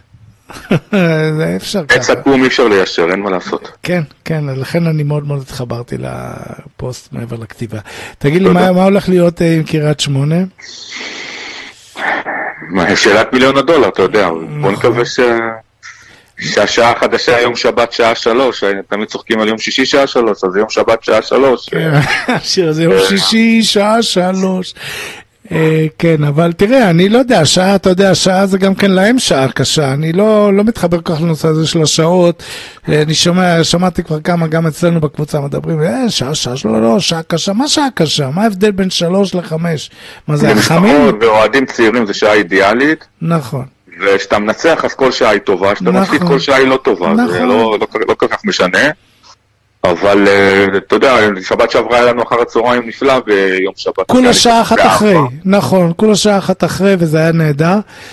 זה אפשר ככה. אין סכום, אי אפשר ליישר, אין מה לעשות. כן, כן, לכן אני מאוד מאוד התחברתי לפוסט מעבר לכתיבה. תגיד לי, מה הולך להיות עם קריית שמונה? שאלת $1,000,000, אתה יודע, בוא נקווה שהשעה החדשה היום שבת שעה 3, תמיד צוחקים על יום שישי שעה 3, אז יום שבת שעה 3. השיר הזה יום שישי שעה 3. כן, אבל תראה, אני לא יודע, שעה, אתה יודע, שעה זה גם כן להם שעה קשה, אני לא מתחבר כל כך לנושא הזה של השעות, אני שמעתי כבר כמה, גם אצלנו בקבוצה מדברים, שעה, לא, שעה קשה, מה שעה קשה? מה ההבדל בין 3 ל-5? מה זה, החמים? למשפחות ואוהדים צעירים זה שעה אידיאלית. נכון. ושאתה מנצח אז כל שעה היא טובה, שאתה מפסיד כל שעה היא לא טובה, זה לא כל כך משנה. אבל אתה יודע, שבת שעברה היה לנו אחר הצהריים נפלא ביום שבת. כולה שעה אחת אחרי, נכון, כולה שעה אחת אחרי וזה היה נהדר.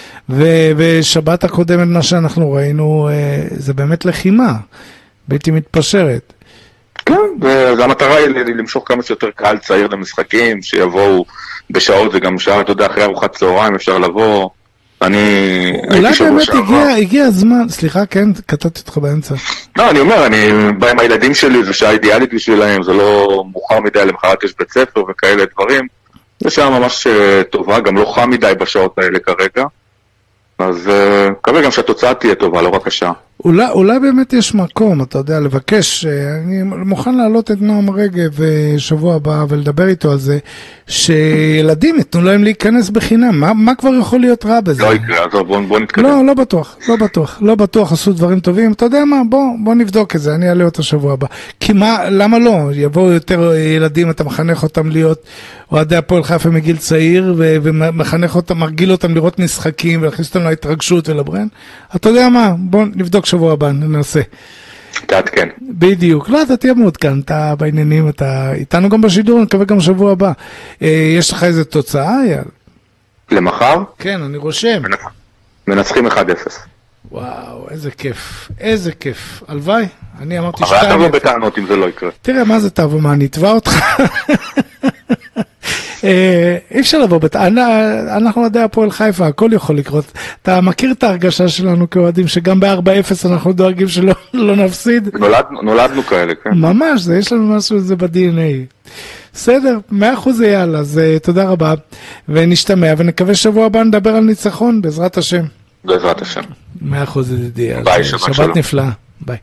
ובשבת הקודמת מה שאנחנו ראינו זה באמת לחימה, בלתי מתפשרת. כן, והמטרה היא למשוך כמה שיותר קהל צעיר למשחקים, שיבואו בשעות וגם שעה, אתה יודע, אחרי ארוחת צהריים אפשר לבוא. אולי באמת הגיע הזמן, סליחה, כן, קטעתי אותך באמצע. לא, אני אומר, אני בא עם הילדים שלי, זה שעה אידיאלית בשבילהם, זה לא מאוחר מדי, למחרת יש בית ספר וכאלה דברים. זה שעה ממש טובה, גם לא חם מדי בשעות האלה כרגע. אז מקווה גם שהתוצאה תהיה טובה, לא רק השעה. אולי באמת יש מקום, אתה יודע, לבקש, אני מוכן להעלות את נועם רגב שבוע הבא ולדבר איתו על זה, שילדים יתנו להם להיכנס בחינם, מה כבר יכול להיות רע בזה? לא יקרה, אז בוא נתקדם. לא בטוח, עשו דברים טובים, אתה יודע מה, בוא נבדוק את זה, אני אעלה אותו שבוע הבא. כי למה לא? יבואו יותר ילדים, אתה מחנך אותם להיות אוהדי הפועל חיפה מגיל צעיר, ומחנך אותם, מרגיל אותם לראות משחקים, ולהכניס אותם להתרגשות ולברן. אתה יודע מה, בוא נבדוק שבוע הבא, ננסה. תעדכן. בדיוק, לא, אתה תהיה מעודכן, אתה בעניינים, אתה איתנו גם בשידור, אני מקווה גם שבוע הבא. יש לך איזה תוצאה, יאל? למחר? כן, אני רושם. מנצחים 1-0. וואו, איזה כיף. הלוואי, אני אמרתי 2-0. אבל אתה תבוא בטענות אם זה לא יקרה. תראה, מה זה תבוא, מה, אני אתבע אותך? אי אפשר לבוא, אנחנו עדי הפועל חיפה, הכל יכול לקרות. אתה מכיר את ההרגשה שלנו כאוהדים, שגם ב-4-0 אנחנו דואגים שלא נפסיד? נולדנו כאלה, כן. ממש, יש לנו משהו זה ב-DNA. בסדר, 100% יאללה, אז תודה רבה, ונשתמע, ונקווה שבוע הבא נדבר על ניצחון, בעזרת השם. בעזרת השם. 100% ידידי. ביי, שבת נפלאה. ביי.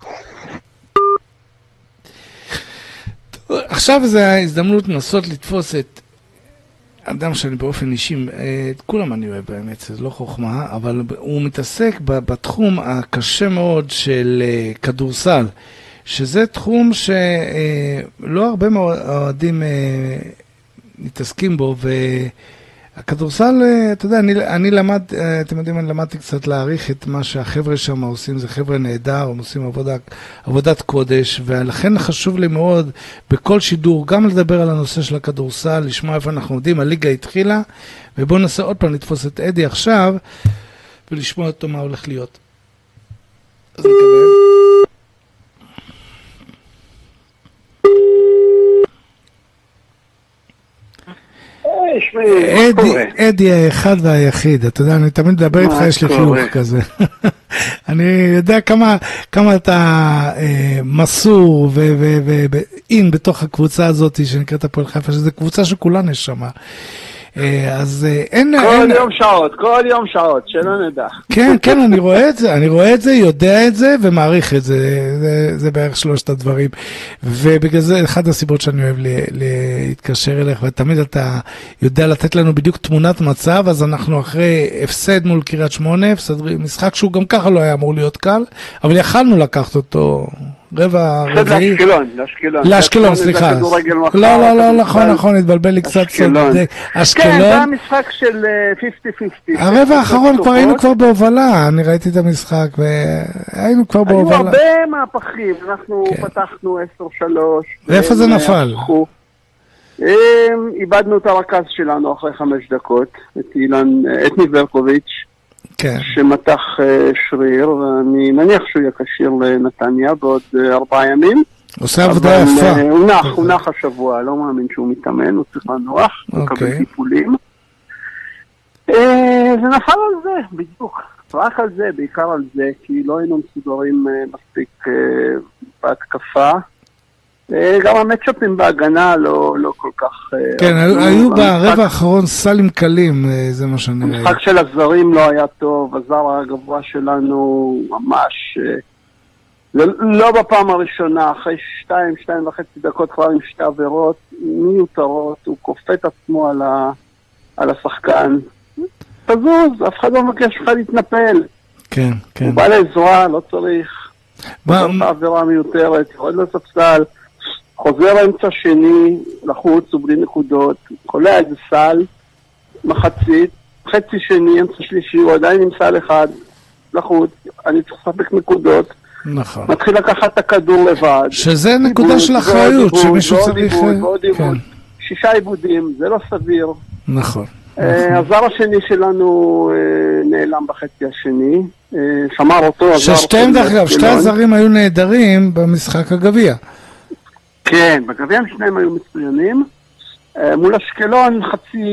עכשיו זו ההזדמנות לנסות לתפוס את אדם שאני באופן אישי, את כולם אני אוהב באמת, זה לא חוכמה, אבל הוא מתעסק בתחום הקשה מאוד של כדורסל, שזה תחום שלא הרבה אוהדים מתעסקים בו, והכדורסל, אתה יודע, אתם יודעים, אני למדתי קצת להעריך את מה שהחבר'ה שם עושים, זה חבר'ה נהדר, הם עושים עבודת קודש, ולכן חשוב לי מאוד בכל שידור, גם לדבר על הנושא של הכדורסל, לשמוע איפה אנחנו עומדים, הליגה התחילה, ובואו ננסה עוד פעם לתפוס את אדי עכשיו, ולשמוע אותו מה הולך להיות. אז נקבל. אדי האחד והיחיד, אתה יודע, אני תמיד מדבר איתך, יש לי חיוך כזה. אני יודע כמה אתה מסור ואין בתוך הקבוצה הזאת שנקראת הפועל חיפה, שזו קבוצה שכולן יש שמה. אז אין... כל יום שעות, שלא נדע. כן, כן, אני רואה את זה, יודע את זה ומעריך את זה. זה בערך שלושת הדברים. ובגלל זה אחד הסיבות שאני אוהב להתקשר אליך, ותמיד אתה יודע לתת לנו בדיוק תמונת מצב, אז אנחנו אחרי הפסד מול קריית שמונה, משחק שהוא גם ככה לא היה אמור להיות קל, אבל יכלנו לקחת אותו... רבע רביעי. לאשקלון, סליחה. לא, נכון, התבלבל לי קצת. אשקלון. כן, זה המשחק של 50-50. הרבע האחרון כבר היינו כבר בהובלה, אני ראיתי את המשחק, והיינו כבר בהובלה. היו הרבה מהפכים, אנחנו פתחנו 10-3. ואיפה זה נפל? איבדנו את הרכז שלנו אחרי 5 דקות, את ניברקוביץ'. שמתח שריר, ואני מניח שהוא יהיה כשיר לנתניה בעוד 4 ימים. עושה עבודה יפה. הוא נח השבוע, לא מאמין שהוא מתאמן, הוא צריך לנוח, הוא מקבל טיפולים. זה נפל על זה, בדיוק. רק על זה, בעיקר על זה, כי לא היינו מסודרים מספיק בהתקפה. גם המצ'אפים בהגנה לא כל כך... כן, היו ברבע האחרון סלים קלים, זה מה שאני ראיתי. המשחק של הזרים לא היה טוב, הזר הגבוה שלנו ממש... לא בפעם הראשונה, אחרי 2.5 דקות כבר עם 2 עבירות, מיותרות, הוא כופה את עצמו על השחקן. תזוז, אף אחד לא מבקש לך להתנפל. כן, כן. הוא בא לעזרה, לא צריך. העבירה מיותרת, יורד לספסל. חוזר לאמצע שני, לחוץ ובלי נקודות, קולע איזה סל, מחצית, חצי שני, אמצע שלישי, הוא עדיין עם סל אחד, לחוץ, אני צריך לספק נקודות, נכון. מתחיל לקחת את הכדור לבד. שזה נקודה של אחריות, שמישהו צריך... ועוד עיבוד, 6 עיבודים, זה לא סביר. נכון. הזר השני שלנו נעלם בחצי השני, שמר אותו... ששתיהם דרך אגב, 2 הזרים היו נהדרים במשחק הגביע. כן, בגביע שניהם היו מצוינים. מול אשקלון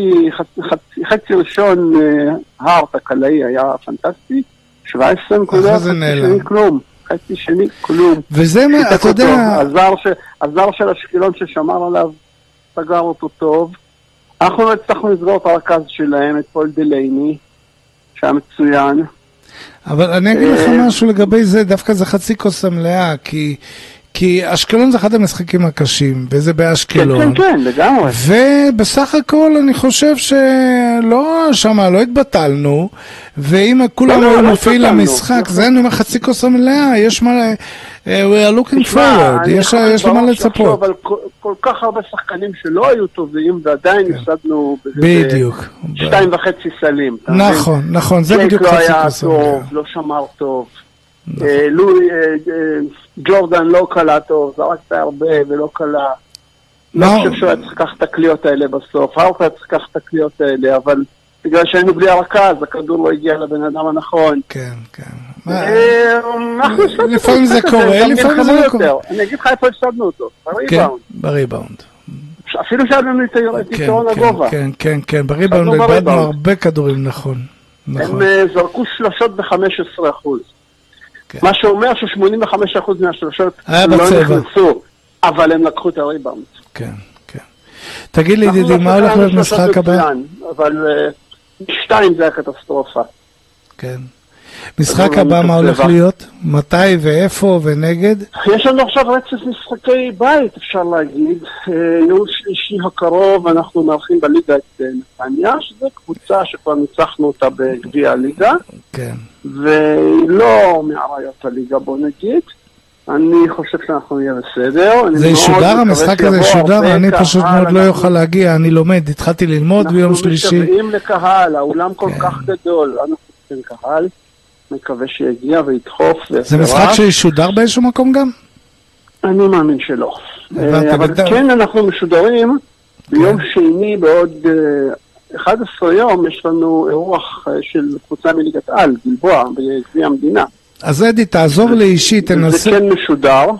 חצי ראשון הארט הקלעי היה פנטסטי, 17 נקודות, חצי שני כלום, חצי שני כלום. וזה, אתה יודע... הזר של אשקלון ששמר עליו סגר אותו טוב. אנחנו לא הצלחנו לסגור את הרכז שלהם, את פול דלייני, שהיה מצוין. אבל אני אגיד לך משהו לגבי זה, דווקא זה חצי כוס המלאה, כי אשקלון זה אחד המשחקים הקשים, וזה באשקלון. כן, כן, לגמרי. ובסך הכל אני חושב שלא, שמה, לא התבטלנו, ואם כולנו מופיעים למשחק, זה אני אומר חצי כוס המלאה, יש מה, we are looking forward, יש מה לצפות. אבל כל כך הרבה שחקנים שלא היו טובים, ועדיין הפסדנו בדיוק. 2.5 סלים. נכון, זה בדיוק חצי כוס המלאה. לא שמר טוב. ג'ורדן לא קלה טוב, זרקת הרבה ולא קלה. לא חושב שהוא היה צריך לקחת את הקליעות האלה בסוף. הארט היה צריך לקחת את הקליעות האלה, אבל בגלל שהיינו בלי הרכז, הכדור לא הגיע לבן אדם הנכון. כן, כן. לפעמים זה קורה, לפעמים זה לא קורה. אני אגיד לך איפה הפסדנו אותו, בריבאונד. בריבאונד. אפילו שהיה לנו את יתרון הגובה. כן, בריבאונד איבדנו הרבה כדורים, נכון. הם זרקו שלושות ב-15%. מה שאומר ש85% מהשלושות לא נכנסו, אבל הם לקחו את הריבאונד. כן, כן. תגיד לי, ידידי, מה הולך להיות משחק הבא? אבל 2 זה הקטסטרופה. כן. משחק הבא מה הולך להיות? מתי ואיפה ונגד? יש לנו עכשיו רצף משחקי בית, אפשר להגיד. יום שלישי הקרוב אנחנו מארחים בליגה את נתניה, שזו קבוצה שכבר ניצחנו אותה בגביע הליגה. כן. ולא מעריות הליגה, בוא נגיד. אני חושב שאנחנו נהיה בסדר. זה ישודר, המשחק הזה ישודר, אני פשוט מאוד לא יוכל להגיע, אני לומד, התחלתי ללמוד ביום שלישי. אנחנו משוועים לקהל, האולם כל כך גדול, אנחנו צריכים קהל. מקווה שיגיע וידחוף. זה משחק שישודר באיזשהו מקום גם? אני מאמין שלא. אבל כן אנחנו משודרים ביום שני בעוד 11 יום יש לנו אירוח של קבוצה מליגת על, גלבוע, בגביע המדינה. אז אדי, תעזור לי אישית, תנסה. זה כן משודר.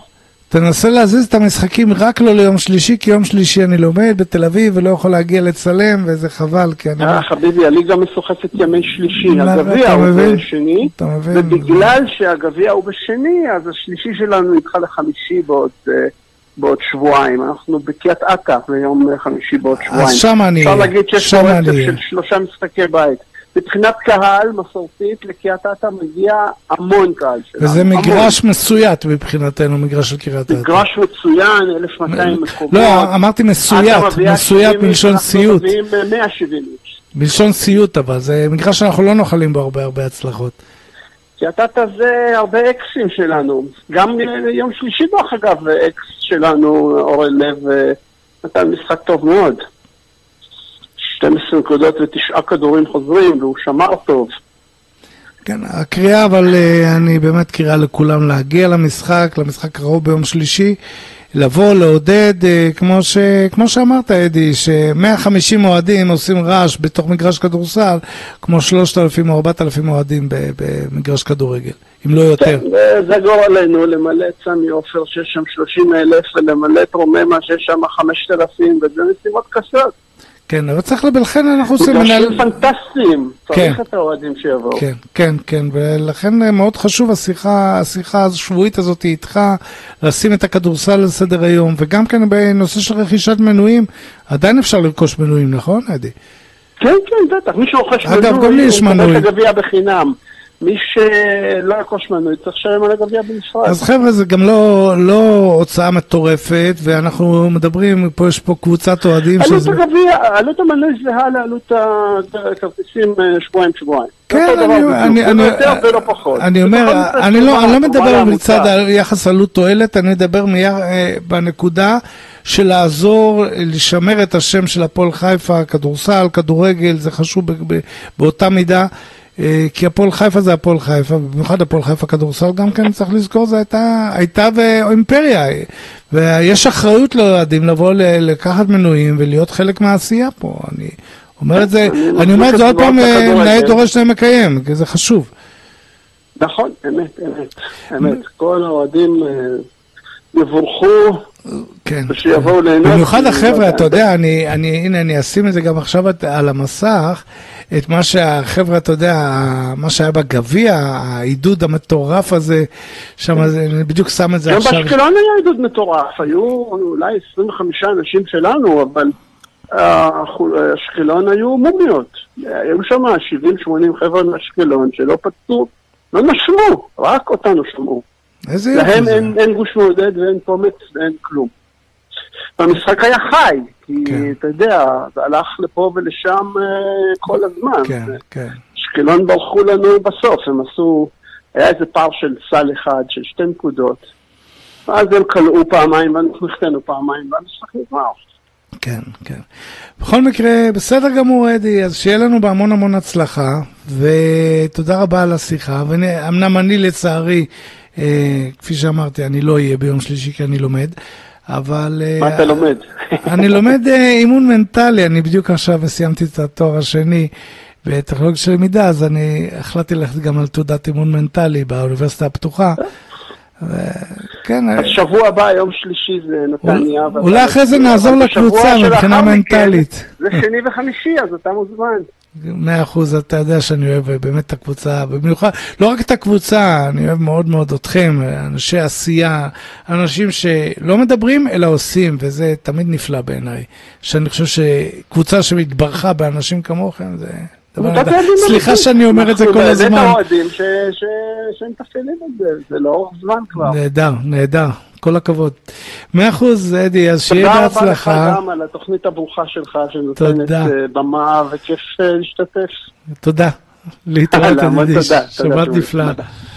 תנסה להזיז את המשחקים רק לא ליום שלישי, כי יום שלישי אני לומד בתל אביב ולא יכול להגיע לצלם, וזה חבל, כי אני... חביבי, הליגה משוחקת ימי שלישי, הגביע הוא בשני, ובגלל שהגביע הוא בשני, אז השלישי שלנו נדחה לחמישי בעוד שבועיים. אנחנו בקיית עטה ליום חמישי בעוד שבועיים. אז שם אני... אפשר להגיד שיש פה רצף של 3 משחקי בית. מבחינת קהל מסורתית, לקריית אתא מגיע המון קהל שלנו. וזה מגרש מסויית מבחינתנו, מגרש של קריית אתא. מגרש מצוין, 1200 מקומות. לא, אמרתי מסוית, מסוית מלשון סיוט. אנחנו מביאים 170 איש. מלשון סיוט, אבל זה מגרש שאנחנו לא נוחלים בו הרבה הצלחות. קריית אתא זה הרבה אקסים שלנו. גם יום שלישי דרך אגב, אקס שלנו, אורל לב, נתן משחק טוב מאוד. 12 נקודות ו9 כדורים חוזרים, והוא שמר טוב. כן, הקריאה, אבל אני באמת קריאה לכולם להגיע למשחק קרוב ביום שלישי, לבוא, לעודד, כמו שאמרת, אדי, ש150 אוהדים עושים רעש בתוך מגרש כדורסל, כמו 3,000 או 4,000 אוהדים במגרש כדורגל, אם לא יותר. זה גורלנו, למלא את סמי עופר שיש שם 30,000, ולמלא את רוממה שיש שם 5,000, וזה משימות קשות. כן, אבל צריך לכן אנחנו עושים... מגרשים פנטסטיים, צריך את האוהדים שיבואו. כן, ולכן מאוד חשוב השיחה השבועית הזאת איתך, לשים את הכדורסל על סדר היום, וגם כן בנושא של רכישת מנויים, עדיין אפשר לרכוש מנויים, נכון, אדי? כן, בטח, מי שרוכש מנוי, אגב, גם לי יש מנוי. הוא מקבל את הגביע בחינם. מי שלא רכוש מנוי צריך לשלם על הגביע בנפרד. אז חבר'ה, זה גם לא הוצאה מטורפת, ואנחנו מדברים, יש פה קבוצת אוהדים שזה... עלות המנוי זהה לעלות הכרטיסים שבועיים. כן, אני אומר, אני לא מדבר מצד יחס עלות תועלת, אני מדבר בנקודה של לעזור, לשמר את השם של הפועל חיפה, כדורסל, כדורגל, זה חשוב באותה מידה, כי הפועל חיפה זה הפועל חיפה, במיוחד הפועל חיפה כדורסל, גם כן צריך לזכור, זה הייתה אימפריה, ויש אחריות לאוהדים לבוא לקחת מנויים ולהיות חלק מהעשייה פה. אני אומר את זה, עוד פעם, נאה דורש נאה מקיים, כי זה חשוב. נכון, אמת. כל האוהדים יבורכו, ושיבואו ליהנות. במיוחד החבר'ה, אתה יודע, הנה אני אשים את זה גם עכשיו על המסך, את מה שהחבר'ה, אתה יודע, מה שהיה בגביע, העידוד המטורף הזה, שם אני בדיוק שם את זה עכשיו. גם באשקלון היה עידוד מטורף, היו אולי 25 אנשים שלנו, אבל אשקלון היו מומיות. היו שם 70-80 חבר'ה מאשקלון שלא פצעו, לא נשמו, רק אותנו שמעו. להם אין גוש מעודד ואין קומץ ואין כלום. המשחק היה חי, כי אתה יודע, זה הלך לפה ולשם כל הזמן. אשקלון ברחו לנו בסוף, הם עשו, היה איזה פער של סל אחד, של 2 נקודות, ואז הם קלעו פעמיים, ואנחנו נחתנו פעמיים, והמשחק נגמר. כן. בכל מקרה, בסדר גמור, אדי, אז שיהיה לנו בהמון הצלחה, ותודה רבה על השיחה, ואמנם אני לצערי, כפי שאמרתי, אני לא אהיה ביום שלישי כי אני לומד, אבל... מה אתה לומד? אני לומד אימון מנטלי, אני בדיוק עכשיו סיימתי את התואר השני בטכנולוגיה של למידה, אז אני החלטתי ללכת גם על תעודת אימון מנטלי באוניברסיטה הפתוחה. השבוע הבא, יום שלישי זה נתניה. אולי אחרי זה נעזור לקבוצה מבחינה מנטלית. זה שני וחמישי, אז אתה מוזמן. 100%, אתה יודע שאני אוהב באמת את הקבוצה, במיוחד, לא רק את הקבוצה, אני אוהב מאוד אתכם, אנשי עשייה, אנשים שלא מדברים אלא עושים, וזה תמיד נפלא בעיניי, שאני חושב שקבוצה שמתברכה באנשים כמוכם, זה דבר נדע. סליחה שאני אומר את זה כל הזמן. זה האוהדים שמתפעלים את זה, זה לא אורך זמן כבר. נהדר. כל הכבוד. 100%, אדי, אז שיהיה בהצלחה. תודה רבה לך גם על התוכנית הברוכה שלך, שנותנת במה וכיף להשתתף. תודה. להתראות, אדי. שבת נפלאה.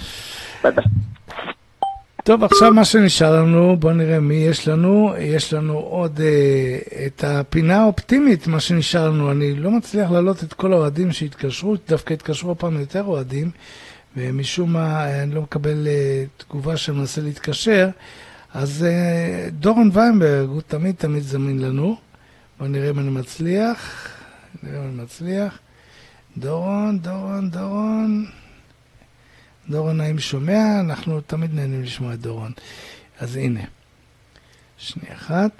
טוב, עכשיו מה שנשאר לנו, בואו נראה מי יש לנו. יש לנו עוד את הפינה האופטימית, מה שנשאר לנו. אני לא מצליח להעלות את כל האוהדים שהתקשרו, דווקא התקשרו הפעם יותר אוהדים, ומשום מה אני לא מקבל תגובה שמנסה להתקשר. אז דורון ויינברג הוא תמיד זמין לנו. בואו נראה אם אני מצליח. דורון האם שומע? אנחנו תמיד נהנים לשמוע את דורון. אז הנה. שנייה אחת.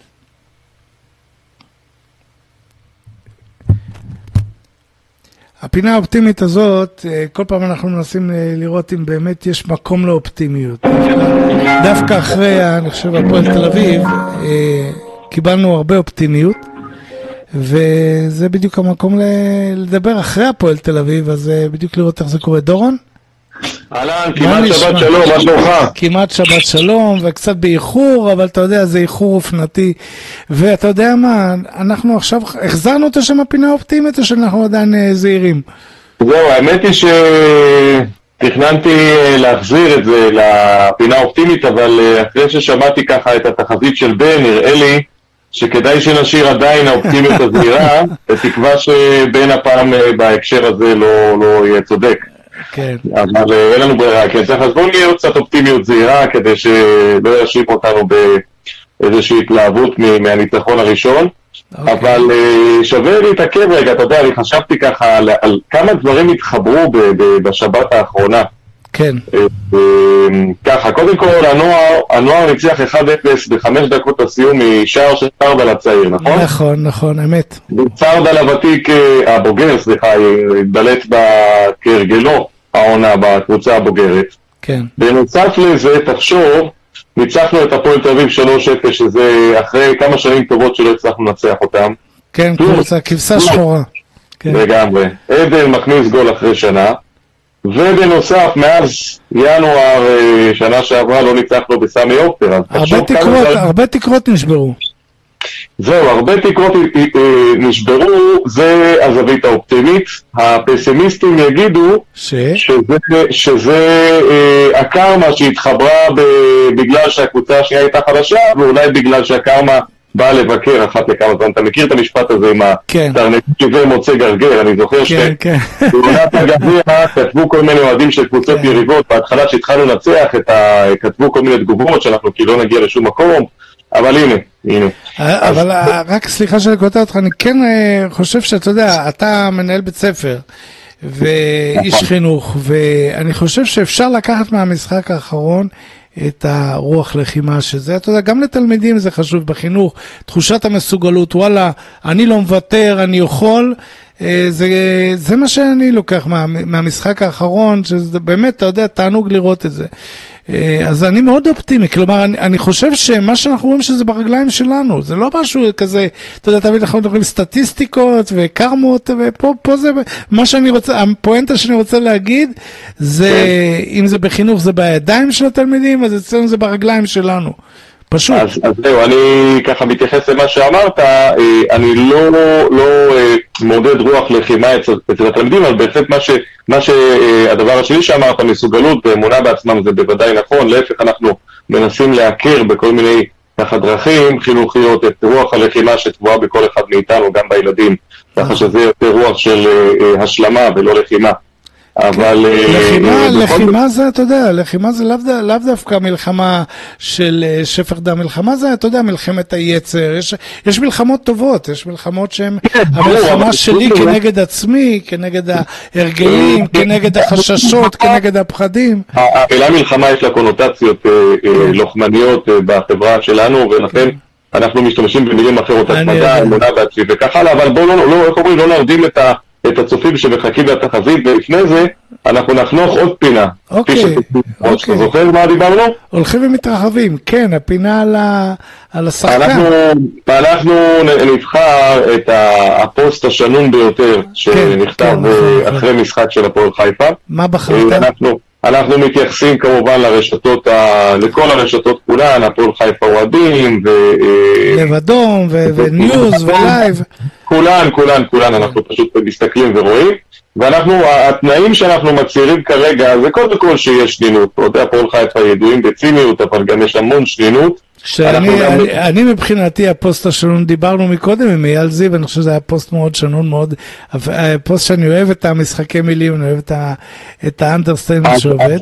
הפינה האופטימית הזאת, כל פעם אנחנו מנסים לראות אם באמת יש מקום לאופטימיות. דווקא אחרי, אני חושב, הפועל תל אביב, קיבלנו הרבה אופטימיות, וזה בדיוק המקום לדבר אחרי הפועל תל אביב, אז בדיוק לראות איך זה קורה. דורון? אהלן, כמעט שבת שלום, מה שלומך? כמעט שבת שלום, וקצת באיחור, אבל אתה יודע, זה איחור אופנתי. ואתה יודע מה, אנחנו עכשיו החזרנו את השם הפינה האופטימית, או שאנחנו עדיין זהירים? זהו, האמת היא שתכננתי להחזיר את זה לפינה האופטימית, אבל אחרי ששמעתי ככה את התחזית של בן, נראה לי שכדאי שנשאיר עדיין האופטימית הזהירה, בתקווה שבן הפעם בהקשר הזה לא יהיה צודק. כן. אבל אין לנו ברירה, כן, צריך, אז בואו נהיה עוד קצת אופטימיות זהירה, כדי שלא ישים אותנו באיזושהי התלהבות מהניצחון הראשון, אבל שווה להתעכב רגע, אתה יודע, אני חשבתי ככה על כמה דברים התחברו בשבת האחרונה. כן. ככה, קודם כל, הנוער ניצח 1-0 ב5 דקות הסיום משער של סרדל הצעיר, נכון? נכון, נכון, אמת. סרדל הוותיק, הבוגר, סליחה, התבלט כהרגלו העונה בקבוצה הבוגרת. כן. בנוסף לזה, תחשוב, ניצחנו את הפועל תל אביב 3-0, שזה אחרי כמה שנים טובות שלא הצלחנו לנצח אותם. כן, כבשה שחורה. לגמרי. עדן מכניס גול אחרי שנה. ובנוסף, מאז ינואר שנה שעברה לא ניצחנו בסמי עופר. הרבה תקרות נשברו. זהו, הרבה תקרות נשברו, זה הזווית האופטימית. הפסימיסטים יגידו שזה הקרמה שהתחברה בגלל שהקבוצה השנייה הייתה חדשה, ואולי בגלל שהקרמה באה לבקר אחת לכמה זמן. אתה מכיר את המשפט הזה עם התרנגול שזה מוצא גרגר? אני זוכר שבעונת הגביע כתבו כל מיני אוהדים של קבוצות יריבות, בהתחלה שהתחלנו לנצח, כתבו כל מיני תגובות שאנחנו כאילו לא נגיע לשום מקום, אבל הנה. אבל רק סליחה שאני קוטע אותך, אני כן חושב שאתה יודע, אתה מנהל בית ספר ואיש חינוך, ואני חושב שאפשר לקחת מהמשחק האחרון את הרוח לחימה שזה, אתה יודע, גם לתלמידים זה חשוב בחינוך, תחושת המסוגלות, וואלה, אני לא מוותר, אני יכול, זה מה שאני לוקח מהמשחק האחרון, שזה באמת, אתה יודע, תענוג לראות את זה. אז אני מאוד אופטימי, כלומר, אני חושב שמה שאנחנו רואים שזה ברגליים שלנו, זה לא משהו כזה, אתה יודע, תמיד אנחנו מדברים סטטיסטיקות וקרמות, ופה זה, מה שאני רוצה, הפואנטה שאני רוצה להגיד, זה, אם זה בחינוך זה בידיים של התלמידים, אז אצלנו זה ברגליים שלנו. פשוט. אז זהו, אני ככה מתייחס למה שאמרת, אני לא מעודד רוח לחימה אצל התלמידים, אבל בהחלט הדבר השני שאמרת, מסוגלות ואמונה בעצמם זה בוודאי נכון, להפך אנחנו מנסים להכיר בכל מיני דרכים חינוכיות את רוח הלחימה שטבועה בכל אחד מאיתנו, גם בילדים, ככה שזה יותר רוח של השלמה ולא לחימה. אבל לחימה זה, אתה יודע, לחימה זה לאו דווקא מלחמה של שפך דם, מלחמה זה, אתה יודע, מלחמת היצר, יש מלחמות טובות, יש מלחמות שהן, המלחמה שלי כנגד עצמי, כנגד ההרגלים, כנגד החששות, כנגד הפחדים. המילה מלחמה יש לה קונוטציות לוחמניות בחברה שלנו, ולכן אנחנו משתמשים במילים אחרות, התמדה, אמונה בעצמי וכך הלאה, אבל בואו לא נרדים את הצופים שמחכים לתחזית, ולפני זה אנחנו נחנוך עוד פינה. אוקיי. אתה זוכר מה דיברנו? הולכים ומתרחבים, כן, הפינה על השחקן. אנחנו נבחר את הפוסט השנון ביותר שנכתב אחרי משחק של הפועל חיפה. מה בחרת? אנחנו מתייחסים כמובן לכל הרשתות כולן, הפועל חיפה אוהדים, לב אדום, וניוז, ולייב. כולן, אנחנו פשוט מסתכלים ורואים, התנאים שאנחנו מצהירים כרגע, זה קודם כל שיש שנינות, אותי הפועל חיפה ידועים בציניות, אבל גם יש המון שנינות. אני מבחינתי הפוסט השנון, דיברנו מקודם עם אייל זיו, אני חושב שזה היה פוסט מאוד שנון, מאוד, פוסט שאני אוהב את המשחקי מילים, אני אוהב את האנדרסטיימנט שעובד.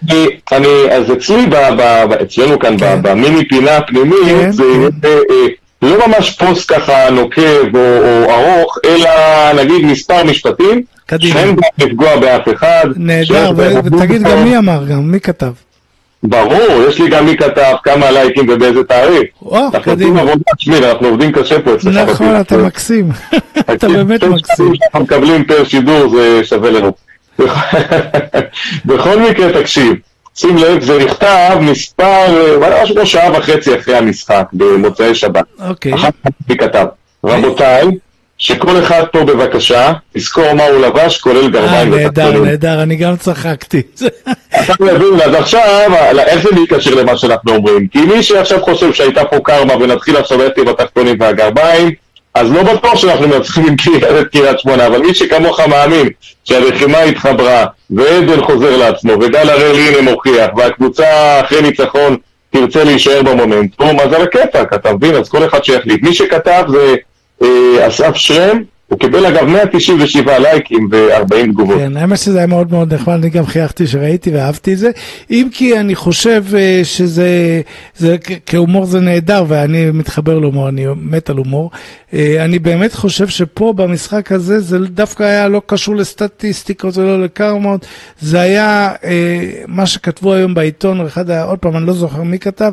אז אצלנו כאן במיני פינה הפנימית, זה לא ממש פוסט ככה נוקב או ארוך, אלא נגיד מספר משפטים, שאין בא לפגוע באף אחד. נהדר, ותגיד גם מי אמר, גם מי כתב. ברור, יש לי גם מי כתב, כמה לייקים ובאיזה תאריך. קדימה. אנחנו עובדים קשה פה אצלך. נכון, אתה מקסים. אתה באמת מקסים. אנחנו מקבלים פר שידור, זה שווה לנו. בכל מקרה, תקשיב, שים לב, זה נכתב מספר, משהו כמו שעה וחצי אחרי המשחק, במוצאי שבת. אוקיי. אחת מי כתב. רבותיי, שכל אחד פה בבקשה, תזכור מה הוא לבש, כולל גרביים ותחתונים. נהדר, אני גם צחקתי. אתה מבין, אז עכשיו, איך זה להתקשר למה שאנחנו אומרים? כי מי שעכשיו חושב שהייתה פה קרמה ונתחיל עכשיו ללכת עם התחתונים והגרביים, אז לא בטוח שאנחנו מנצחים עם קריית שמונה, אבל מי שכמוך מאמין שהלחימה התחברה, ועדן חוזר לעצמו, וגל הראל הנה מוכיח, והקבוצה אחרי ניצחון תרצה להישאר במומנטום, אז על הכיפק, אתה מבין? אז כל אחד שיחליט. מי שכתב זה אסף שרם, הוא קיבל אגב 197 לייקים ו40 תגובות. כן, האמת שזה היה מאוד מאוד נחמד, אני גם חייכתי שראיתי ואהבתי את זה, אם כי אני חושב שזה, כהומור זה נהדר, ואני מתחבר להומור, אני מת על הומור, אני באמת חושב שפה במשחק הזה, זה דווקא היה לא קשור לסטטיסטיקות ולא לקרמות, זה היה מה שכתבו היום בעיתון, עוד פעם אני לא זוכר מי כתב,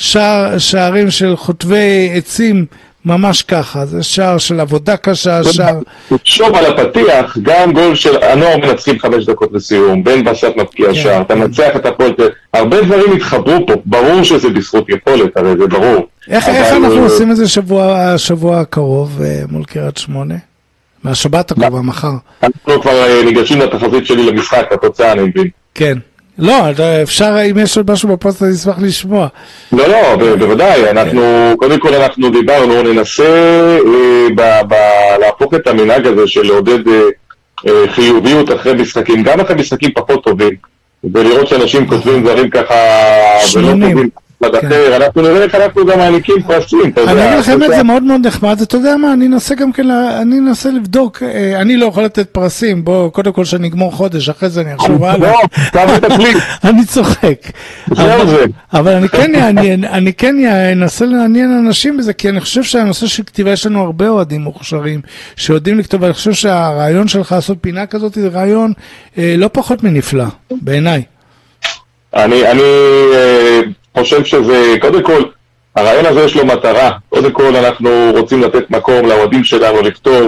שערים של חוטבי עצים, ממש ככה, זה שער של עבודה קשה, שער... תחשוב על הפתיח, גם גול של הנוער מנצחים 5 דקות לסיום, בן בסט מפקיע שער, אתה מנצח את הפועל, הרבה דברים התחברו פה, ברור שזה בזכות יכולת, הרי זה ברור. איך אנחנו עושים את זה שבוע הקרוב מול קריית שמונה? מהשבת הקרובה, מחר. אנחנו כבר ניגשים לתחזית שלי למשחק, התוצאה אני מבין. כן. לא, אפשר, אם יש עוד משהו בפוסט, אני אשמח לשמוע. לא, בוודאי, קודם כל אנחנו דיברנו, ננסה להפוך את המנהג הזה של לעודד חיוביות אחרי משחקים, גם אחרי משחקים פחות טובים, ולראות שאנשים כותבים דברים ככה ולא טובים. אנחנו נראה איך אנחנו גם מעניקים פרסים. אני אגיד לכם את זה מאוד מאוד נחמד, אתה יודע מה, אני אנסה גם כן, אני אנסה לבדוק, אני לא יכול לתת פרסים, בוא, קודם כל שאני אגמור חודש, אחרי זה אני אחשוב הלאה. לא, אתה תקליט. אני צוחק. אבל אני כן אנסה לעניין אנשים בזה, כי אני חושב שהנושא של כתיבה, יש לנו הרבה אוהדים מוכשרים, שיודעים לכתוב, ואני חושב שהרעיון שלך לעשות פינה כזאת, זה רעיון לא פחות מנפלא, בעיניי. אני חושב שזה, קודם כל, הרעיון הזה יש לו מטרה. קודם כל אנחנו רוצים לתת מקום לאוהדים שלנו לכתוב,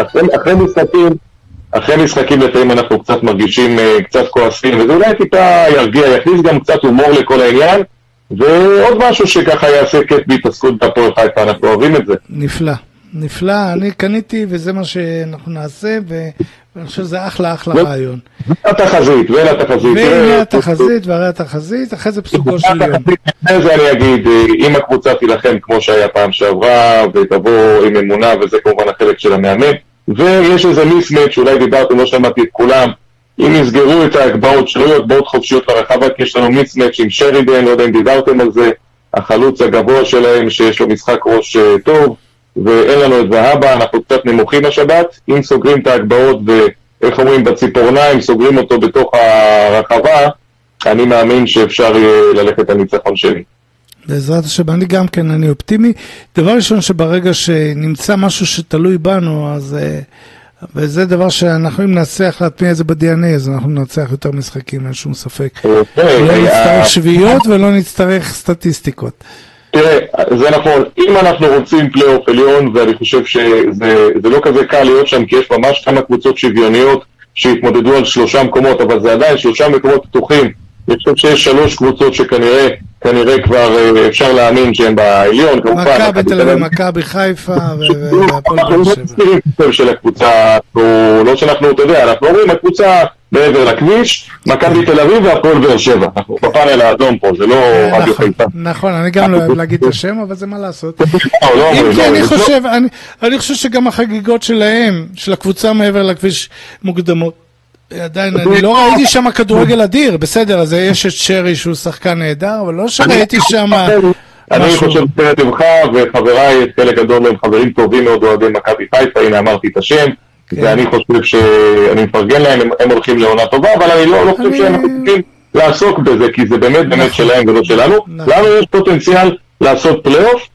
אחרי משחקים לפעמים אנחנו קצת מרגישים קצת כועסים, וזה אולי טיפה ירגיע, יכניס גם קצת הומור לכל העניין, ועוד משהו שככה יעשה כיף בהתעסקות בפועל חיפה, אנחנו אוהבים את זה. נפלא, אני קניתי וזה מה שאנחנו נעשה, ואני חושב שזה אחלה רעיון. והתחזית, והנה התחזית, והרי התחזית, אחרי זה פסוקו של יום. אחרי זה אני אגיד, אם הקבוצה תילחם כמו שהיה פעם שעברה, ותבוא עם אמונה, וזה כמובן החלק של המאמן, ויש איזה מיסמט שאולי דיברתם, לא שמעתי את כולם, אם יסגרו את ההגבעות שלו, הגבעות חופשיות לרחבה, כי יש לנו מיסמט עם שרידן, לא יודע אם דיברתם על זה, החלוץ הגבוה שלהם, שיש לו משחק ראש טוב, ואין לנו את זהבה, אנחנו קצת נמוכים השבת, אם סוגרים את ההגבעות ואיך אומרים בציפורניים, סוגרים אותו בתוך הרחבה, אני מאמין שאפשר ללכת על ניצחון שלי. בעזרת השם, אני גם כן, אני אופטימי. דבר ראשון שברגע שנמצא משהו שתלוי בנו, אז, וזה דבר שאנחנו אם נצליח להטמיע את זה ב-DNA, אז אנחנו נצליח יותר משחקים, אין שום ספק. לא נצטרך שביעיות ולא נצטרך סטטיסטיקות. תראה, זה נכון, אם אנחנו רוצים פלייאוף עליון, ואני חושב שזה לא כזה קל להיות שם, כי יש ממש כמה קבוצות שוויוניות שהתמודדו על 3 מקומות, אבל זה עדיין 3 מקומות פתוחים. אני חושב שיש 3 קבוצות שכנראה כבר אפשר להאמין שהן בעליון, כמובן. מכבי תל אביב, מכבי חיפה והפועל באר שבע. אנחנו לא מסתירים של הקבוצה, לא שאנחנו, אתה יודע, אנחנו אומרים הקבוצה מעבר לכביש, מכבי תל אביב והפועל באר שבע. אנחנו בפאנל האדום פה, זה לא רדיו חיפה. נכון, אני גם לא אוהב להגיד את השם, אבל זה מה לעשות. אם כי אני חושב שגם החגיגות שלהם, של הקבוצה מעבר לכביש מוקדמות, עדיין, אני לא ראיתי שם כדורגל אדיר, בסדר, אז יש את שרי שהוא שחקן נהדר, אבל לא שראיתי שם אני חושב סרט ממך וחבריי, חלק גדול מהם חברים טובים מאוד אוהדי מכבי חיפה, הנה אמרתי את השם, ואני חושב שאני מפרגן להם, הם הולכים לעונה טובה, אבל אני לא חושב שאנחנו צריכים לעסוק בזה, כי זה באמת שלהם ולא שלנו. לנו יש פוטנציאל לעשות פלייאוף,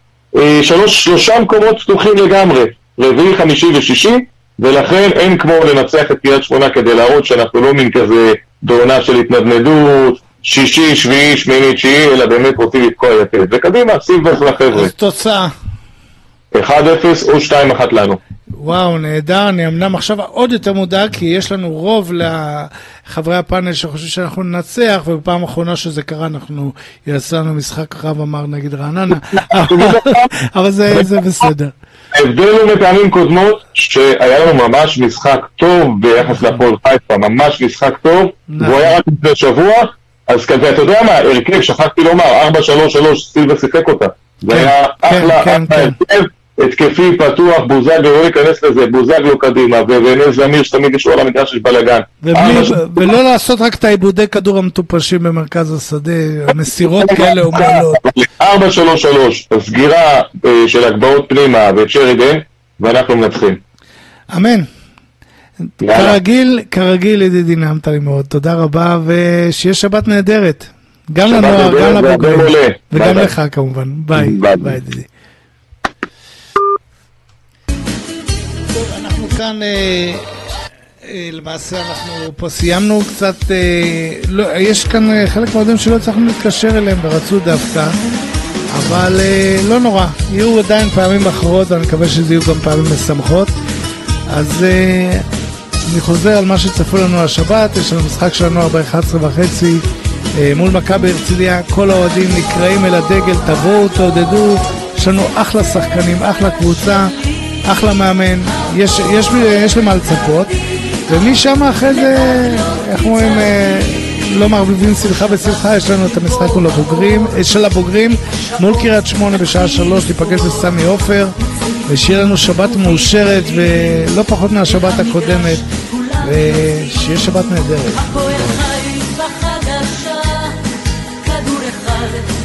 3 מקומות פתוחים לגמרי, רביעי, חמישי ושישי, ולכן אין כמו לנצח את קריית שמונה כדי להראות שאנחנו לא מין כזה בעונה של התנדנדות, שישי, שביעי, שמיני, תשיעי, אלא באמת רוצים לתקוע יתד. וקדימה, סיבוב לחבר'ה. אז תוצאה. 1-0 או 2-1 לנו. וואו, נהדר, אני אמנם עכשיו עוד יותר מודאג, כי יש לנו רוב לחברי הפאנל שחושבים שאנחנו ננצח, ובפעם האחרונה שזה קרה, אנחנו יעשה לנו משחק רב אמר נגד רעננה, אבל זה בסדר. ההבדל הוא מפעמים קודמות, שהיה לנו ממש משחק טוב ביחס להפועל חיפה, ממש משחק טוב, והוא היה רק לפני שבוע, אז כזה, אתה יודע מה, הרכב, שכחתי לומר, 4-3-3, סילבה שיחק אותה. זה היה אחלה הרכב, התקפי, פתוח, בוזגלו, לא להיכנס לזה, בוזגלו קדימה, ונס זמיר שתמיד יש על המגרש של בלגן. ולא לעשות רק את העיבודי כדור המטופשים במרכז השדה, מסירות כאלה ומעלות. 4-3-3, הסגירה של הגבעות פנימה ואת שרידן, ואנחנו מנצחים. אמן. כרגיל ידידי, נעמת לי מאוד, תודה רבה, ושיהיה שבת נהדרת. גם לנוער, גם לבוגרים, וגם לך כמובן. ביי, ביי ידידי. אנחנו כאן, למעשה אנחנו פה סיימנו קצת, יש כאן חלק מהעובדים שלא הצלחנו להתקשר אליהם ורצו דווקא, אבל לא נורא, יהיו עדיין פעמים אחרות, ואני מקווה שזה יהיו גם פעמים משמחות. אז אני חוזר על מה שצפו לנו השבת. יש לנו משחק שלנו ב-11:30 מול מכבי הרצליה. כל האוהדים נקראים אל הדגל, תבואו, תעודדו, יש לנו אחלה שחקנים, אחלה קבוצה, אחלה מאמן, יש למה לצפות, ומשם אחרי זה, איך אומרים, לא מערבבים שמחה בשמחה. יש לנו את המשחק מול הבוגרים, של הבוגרים מול קריית שמונה בשעה 3, ניפגש בסמי עופר, ושיהיה לנו שבת מאושרת ולא פחות מהשבת הקודמת, ושיהיה שבת נהדרת.